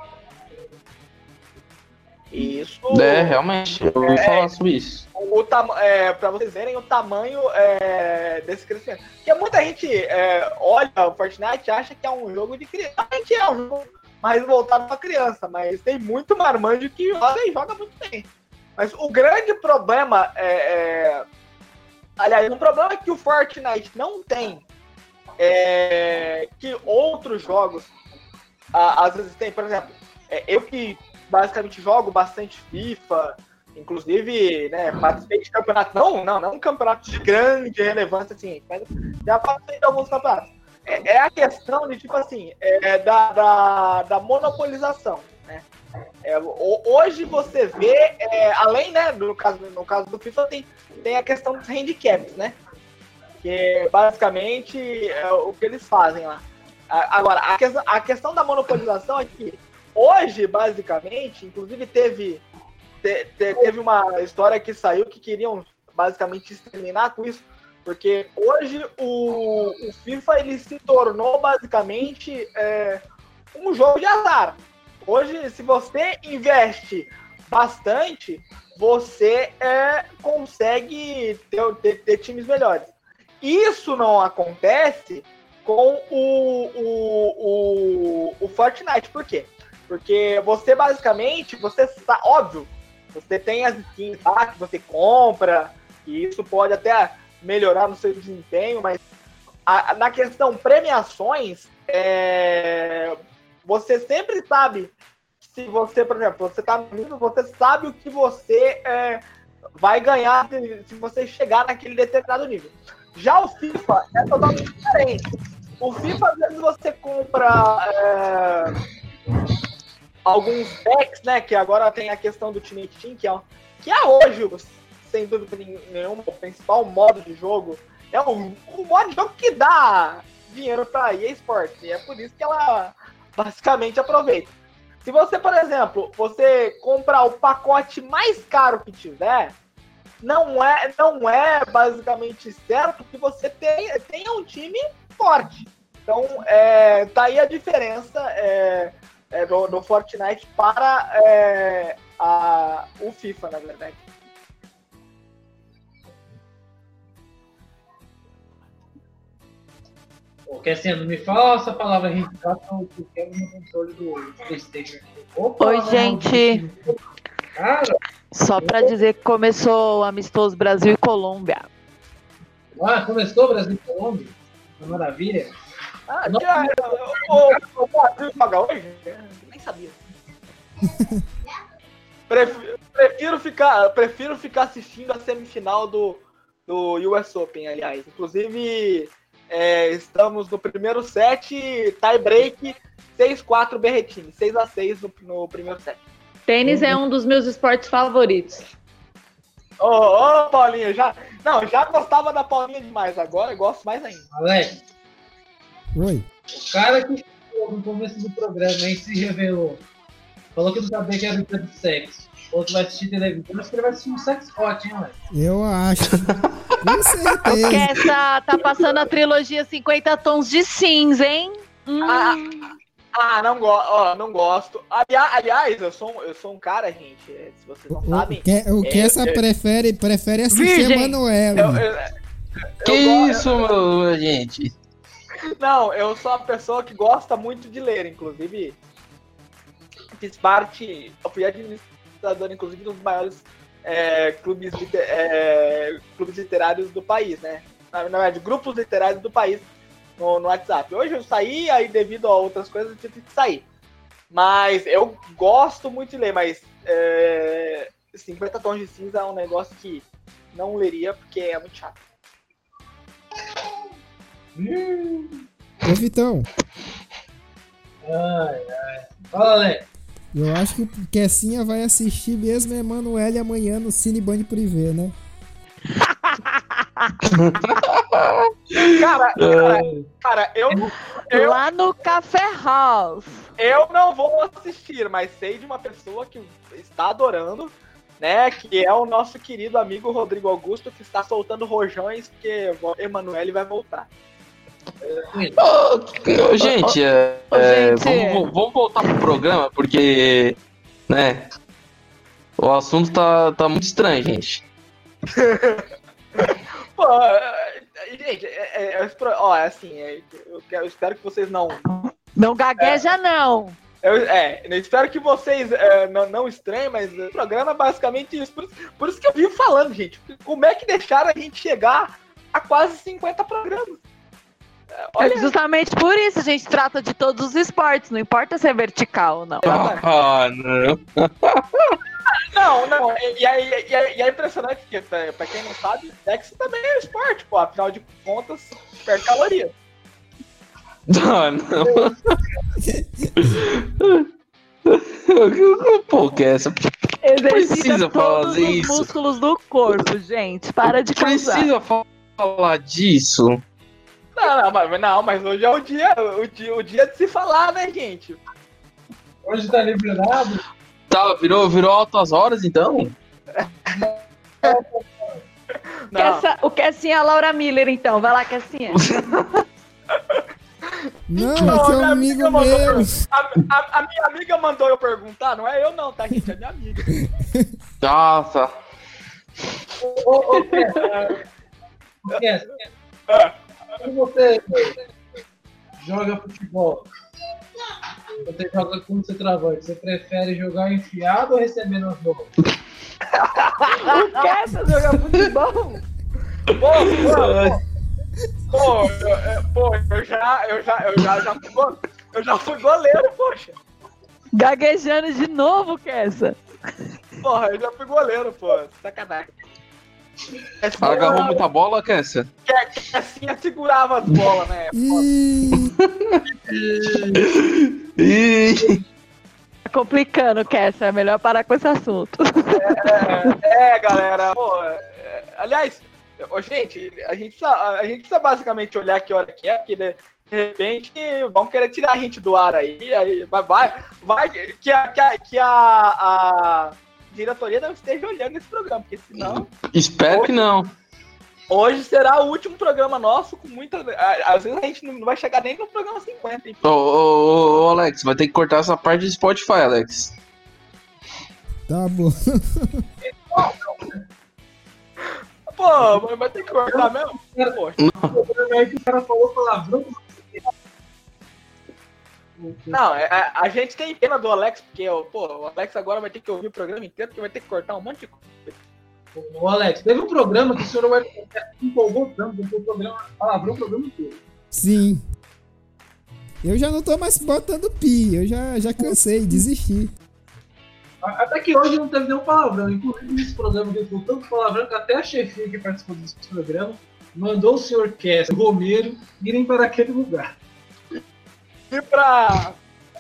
Isso. É, realmente, eu ouvi é, falar sobre isso. O, o, é, para vocês verem o tamanho é, desse crescimento. Porque muita gente é, olha o Fortnite e acha que é um jogo de criança. A gente é um jogo mais voltado para criança, mas tem muito marmanjo que joga e joga muito bem. Mas o grande problema é, é... Aliás, um problema que o Fortnite não tem é que outros jogos a, às vezes tem, por exemplo, é, eu que basicamente jogo bastante FIFA, inclusive, né, participei de campeonato, não, não, não um campeonato de grande relevância, assim, mas já participei de alguns campeonatos. É, é a questão de, tipo assim, é, da, da, da monopolização, né? É, hoje você vê, é, além, né, no caso, no caso do FIFA, tem, tem a questão dos handicaps, né? Que é basicamente é, o que eles fazem lá. Agora, a questão, a questão da monopolização é que hoje, basicamente, inclusive teve, te, te, teve uma história que saiu que queriam basicamente exterminar com isso, porque hoje o, o FIFA ele se tornou basicamente é, um jogo de azar. Hoje, se você investe bastante, você é, consegue ter, ter, ter times melhores. Isso não acontece com o, o, o, o Fortnite. Por quê? Porque você basicamente, você está óbvio, você tem as skins lá que você compra, e isso pode até melhorar no seu desempenho, mas a, na questão premiações, é, você sempre sabe, se você, por exemplo, você tá no nível, você sabe o que você é, vai ganhar se você chegar naquele determinado nível. Já o FIFA é totalmente diferente. O FIFA, às vezes, você compra é, alguns packs, né? Que agora tem a questão do Ultimate Team, que é, que é hoje, sem dúvida nenhuma, o principal modo de jogo. É um, um modo de jogo que dá dinheiro para a E A Sports. E é por isso que ela basicamente aproveita. Se você, por exemplo, você comprar o pacote mais caro que tiver, não é, não é basicamente certo que você tenha, tenha um time forte. Então, é, tá aí a diferença é, é, do, do Fortnite para é, a, o FIFA, na verdade. Porque assim, não me fala essa palavra ridícula que eu quero no controle do PlayStation. Opa, Oi, gente. Cara, Só pra dizer que começou o amistoso Brasil e Colômbia. ah, começou o Brasil e Colômbia? Uma maravilha. Ah, já, o, o Brasil joga hoje? Nem sabia. Prefiro, prefiro, ficar, prefiro ficar assistindo a semifinal do, do U S Open, aliás. Inclusive, é, estamos no primeiro set, tie break, seis a quatro Berretini, seis a seis no, no primeiro set. Tênis é um dos meus esportes favoritos. Ô, ô, Paulinho, já, não, já gostava da Paulinha demais, agora eu gosto mais ainda. Alex, Oi. o cara que no começo do programa aí se revelou, falou que não sabia que era vida de sexo. Outro vai assistir televisão, acho que ele vai assistir um sex hot, hein, Alex? Eu acho. Com certeza. Porque essa tá passando a trilogia cinquenta tons de cinza, hein? Hum. Ah, ah, não, go ó, não gosto. Aliás, aliás, eu sou, eu sou um cara, gente, se vocês não O, sabem... o que, o que é, essa eu, prefere, prefere assistir Virgem. a Manuela. eu, eu, eu, Que eu, isso, eu, meu, meu gente? Não, eu sou uma pessoa que gosta muito de ler, inclusive fiz parte, eu fui administrador, inclusive, dos maiores é, clubes, liter, é, clubes literários do país, né? Na, na verdade, grupos literários do país no, no WhatsApp. Hoje eu saí, aí devido a outras coisas eu tive que sair. Mas eu gosto muito de ler, mas é, cinquenta tons de cinza é um negócio que não leria porque é muito chato. Hum. Ô, Vitão, Ai, ai. Fala, Alex. eu acho que o Kessinha vai assistir mesmo Emanuele amanhã no Cine Band Privé, né? Cara, cara, cara eu, eu, Lá no Café House. eu não vou assistir, mas sei de uma pessoa que está adorando, né? Que é o nosso querido amigo Rodrigo Augusto, que está soltando rojões, porque Emanuele vai voltar. Ô, gente, é, Ô, é, gente. Vamos, vamos voltar pro programa, porque, né, o assunto tá, tá muito estranho, gente. Pô, gente, é, é, ó, é assim, é, eu, quero, eu espero que vocês não... Não gagueja, é, não. Eu, é, eu espero que vocês é, não, não estranhem, mas o programa é basicamente isso. Por, por isso que eu vivo falando, gente. Como é que deixaram a gente chegar a quase cinquenta programas? Olha. É justamente por isso a gente trata de todos os esportes, não importa se é vertical ou não. Ah, não. Não, não, e é, e é, e é impressionante que, pra quem não sabe, sexo também é esporte, pô, afinal de contas, perde caloria. Ah, não. Pô, que essa. Exercita Precisa todos fazer os isso. músculos do corpo, gente. Para de causar. Precisa falar disso. Não, não, mas, não, mas hoje é o dia, o dia, o dia de se falar, né, gente? Hoje tá liberado? Tá, virou, virou altas horas, então? Kessa, o Kessinha é a Laura Miller, então. Vai lá, Kessinha. Não, Não, aqui é minha um amiga amigo mandou meu. per- A, a- a minha amiga mandou eu perguntar, não é eu não, tá, gente? É minha amiga. Nossa. Ô, ô, Kessa, ô, Kessa, Ah, quando você joga futebol, você joga como você travante, você prefere jogar enfiado ou recebendo as bolas? O Kessa joga futebol? Pô, pô, pô, eu, eu- pô, eu já, eu já, eu já, já fui go- eu já fui goleiro, poxa. Gaguejando de novo, Kessa. Porra, eu já fui goleiro, pô. Sacanagem. Agarrou muita bola, Kessia? Que, que assim eu segurava as bolas, né? Ih, Ih. Tá complicando, Kessa. É melhor parar com esse assunto. É, é, galera. Pô, é, aliás, ô, gente, a gente, precisa, a gente precisa basicamente olhar que hora que é, porque de, de repente vão querer tirar a gente do ar aí. aí vai, vai, vai que, a, que, a, que a, a diretoria não esteja olhando esse programa, porque senão. Espero hoje, que não. Hoje será o último programa nosso com muita. Às vezes a gente não vai chegar nem no programa cinquenta, hein? Ô, ô, ô, Alex, vai ter que cortar essa parte do Spotify, Alex. tá bom. Pô, mas vai ter que cortar mesmo? Poxa. Aí que o cara falou palavrão. Não, é- a, a gente tem pena do Alex, porque pô, o Alex agora vai ter que ouvir o programa inteiro, porque vai ter que cortar um monte de coisa. Ô, Alex, teve um programa que o senhor vai empolgou tanto, porque o programa palavrão o programa inteiro. Sim. Eu já não tô mais botando pi. Eu já, já cansei, desisti. Até que hoje não teve nenhum palavrão. Inclusive, nesse programa deu tanto palavrão que até a chefia que participou desse programa mandou o senhor Kess, o Romero, irem para aquele lugar. E pra.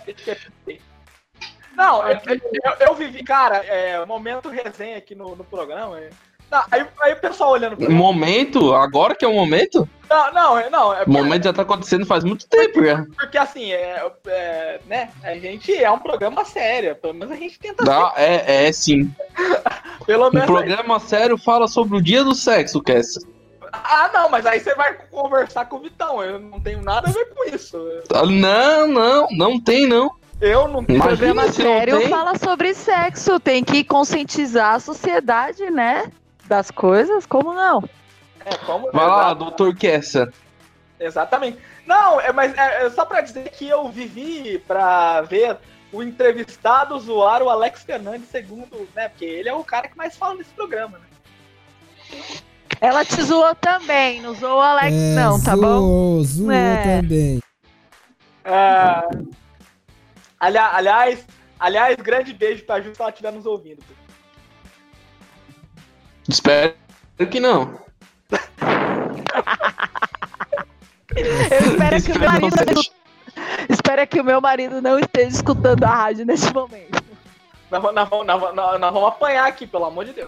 Não, eu, eu, eu vivi, cara, é, momento resenha aqui no, no programa. É. Não, aí, aí o pessoal olhando pra mim. Momento? Agora que é o momento? Não, não, é- não. É O momento já tá acontecendo faz muito tempo já. porque assim, é, é, né? A gente é um programa sério. Pelo menos a gente tenta Dá, é, é sim. ser. Pelo Um menos. programa sério fala sobre o dia do sexo, Kessia. Ah, não, mas aí você vai conversar com o Vitão. Eu não tenho nada a ver com isso. Não, não, não tem não. Eu não tenho. Imagina Programa se não sério tem. fala sobre sexo. Tem que conscientizar a sociedade, né? Das coisas. Como não? É, como Vai lá, Exato. doutor Kessia. Exatamente. Não, é, mas é, é só pra dizer que eu vivi pra ver o entrevistado zoar o Alex Fernandes segundo, né? Porque ele é o cara que mais fala nesse programa, né? Ela te zoou também. Não zoou o Alex, É, não, tá bom? zoou, zoou É. também. Ah, ali- aliás, aliás, grande beijo pra Ju se ela estiver nos ouvindo. Espero que não. Eu espero que, o meu Espero marido não não... seja. espero que o meu marido não esteja escutando a rádio neste momento. Nós, vamos- nós vamos- nós vamos- nós- nós vamos apanhar aqui, pelo amor de Deus.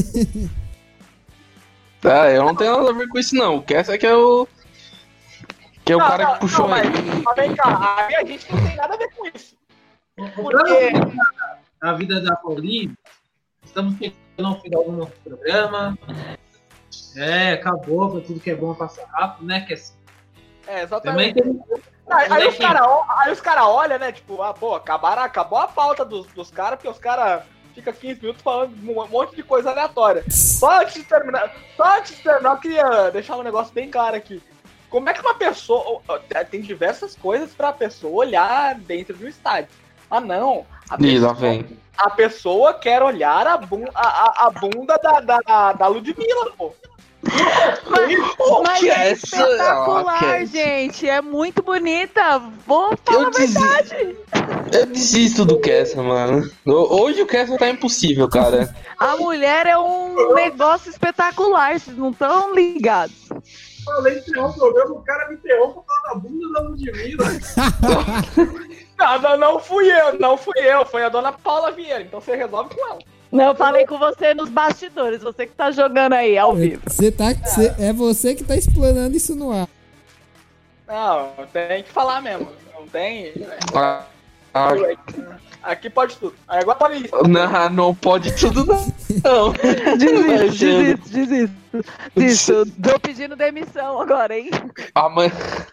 Tá, eu não tenho nada a ver com isso não. O Kessia é que é o... Que é o Não, cara não, que puxou não, mas, aí. mas vem cá, aí a gente não tem nada a ver com isso. O Porque. programa na vida da Paulinha, Estamos chegando ao final do nosso programa. É, acabou, foi tudo que é bom passar rápido, né? Que assim. É, exatamente. Também tem... Aí, aí os caras cara olham, né? Tipo, ah, pô, acabaram, acabou a pauta dos, dos caras, porque os caras ficam quinze minutos falando um monte de coisa aleatória. Só antes de terminar, só antes de terminar, eu queria deixar um negócio bem claro aqui. Como é que uma pessoa. Tem diversas coisas pra pessoa olhar dentro de um estádio. Ah, não. A pessoa, vem. a pessoa quer olhar a, bun, a, a, a bunda da, da, da Ludmilla, pô. Mas, O mas que é é essa- espetacular, Ah, que- gente. É muito bonita. Vou falar Eu a desisto. verdade. Eu desisto do Kessa, mano. Hoje o Kessa tá impossível, cara. A mulher é um negócio espetacular. Vocês não estão ligados. Falei que o programa, o cara me interrompe por causa da bunda da Ludmilla. Não, não, não fui eu, não fui eu. Foi a dona Paula Vieira. Então você resolve com ela. Não, eu falei com você nos bastidores. Você que tá jogando aí, ao vivo. Você tá, cê, é você que tá explanando isso no ar. Não, tem que falar mesmo. Não tem. Ah, ah, Aqui pode tudo. Aí agora pode ir. não, não pode tudo, não. Não. Desisto, desisto, desisto. Desisto. Tô pedindo demissão agora, hein? Amanhã.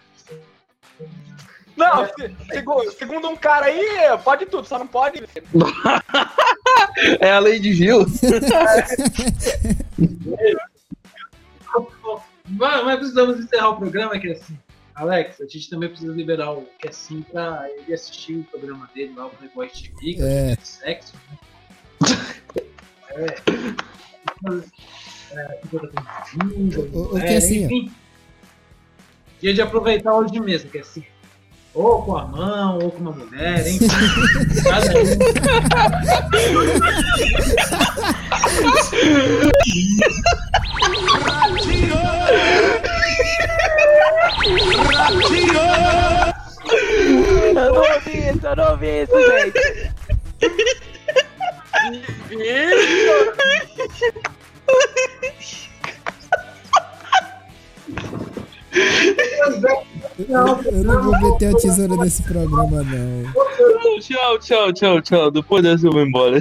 Não, se- segundo, segundo um cara aí, pode tudo, só não pode. É a lei de Gil. Mas, mas precisamos encerrar o programa, que é assim. Alex, a gente também precisa liberar o Kessin pra ele assistir o programa dele lá, o Playboy T V, que É. é de sexo. Né? É. É, fica com- O- o é, Kessin, ó. enfim. Dia de aproveitar hoje mesmo, que é assim. Ou com a mão, ou com uma mulher, enfim. Cada um. Eu não ouvi isso, eu não ouvi isso, gente. Eu, eu não vou meter a tesoura nesse programa, não. Tchau, tchau, tchau, tchau. Depois dessa eu vou embora.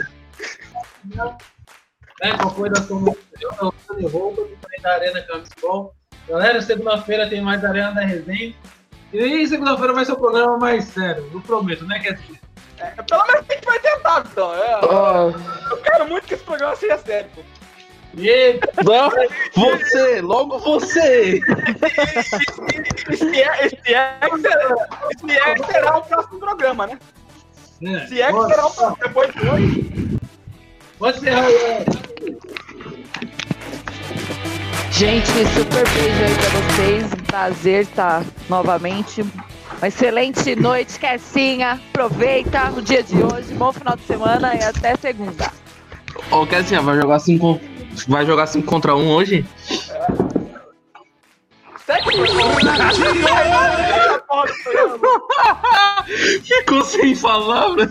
Né, qual foi da sua de roupa, também da Arena Camisbol. Galera, segunda-feira tem mais Arena da Resenha. E segunda-feira vai ser o programa mais sério, eu prometo, né, Kessin? É, pelo menos a gente vai tentar, então. É, Ah, eu quero muito que esse programa seja sério, pô. E não, você, logo você. E se é, e se é, que será, e se é que será o próximo programa, né? é, Se é que bora, será o próximo, depois de hoje. pode encerrar aí. Gente, super beijo aí pra vocês. Um prazer estar novamente. Uma excelente noite, Kessinha. Aproveita o dia de hoje. Bom final de semana e até segunda. Ô, Kessinha, vai jogar cinco. Vai jogar cinco contra um hoje? Sério? Ficou sem palavras.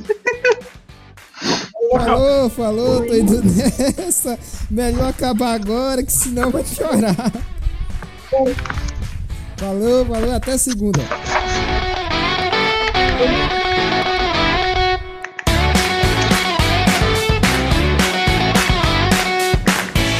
Falou, falou, tô indo nessa. Melhor acabar agora, que senão vai chorar. Falou, falou, até segunda. Thank you.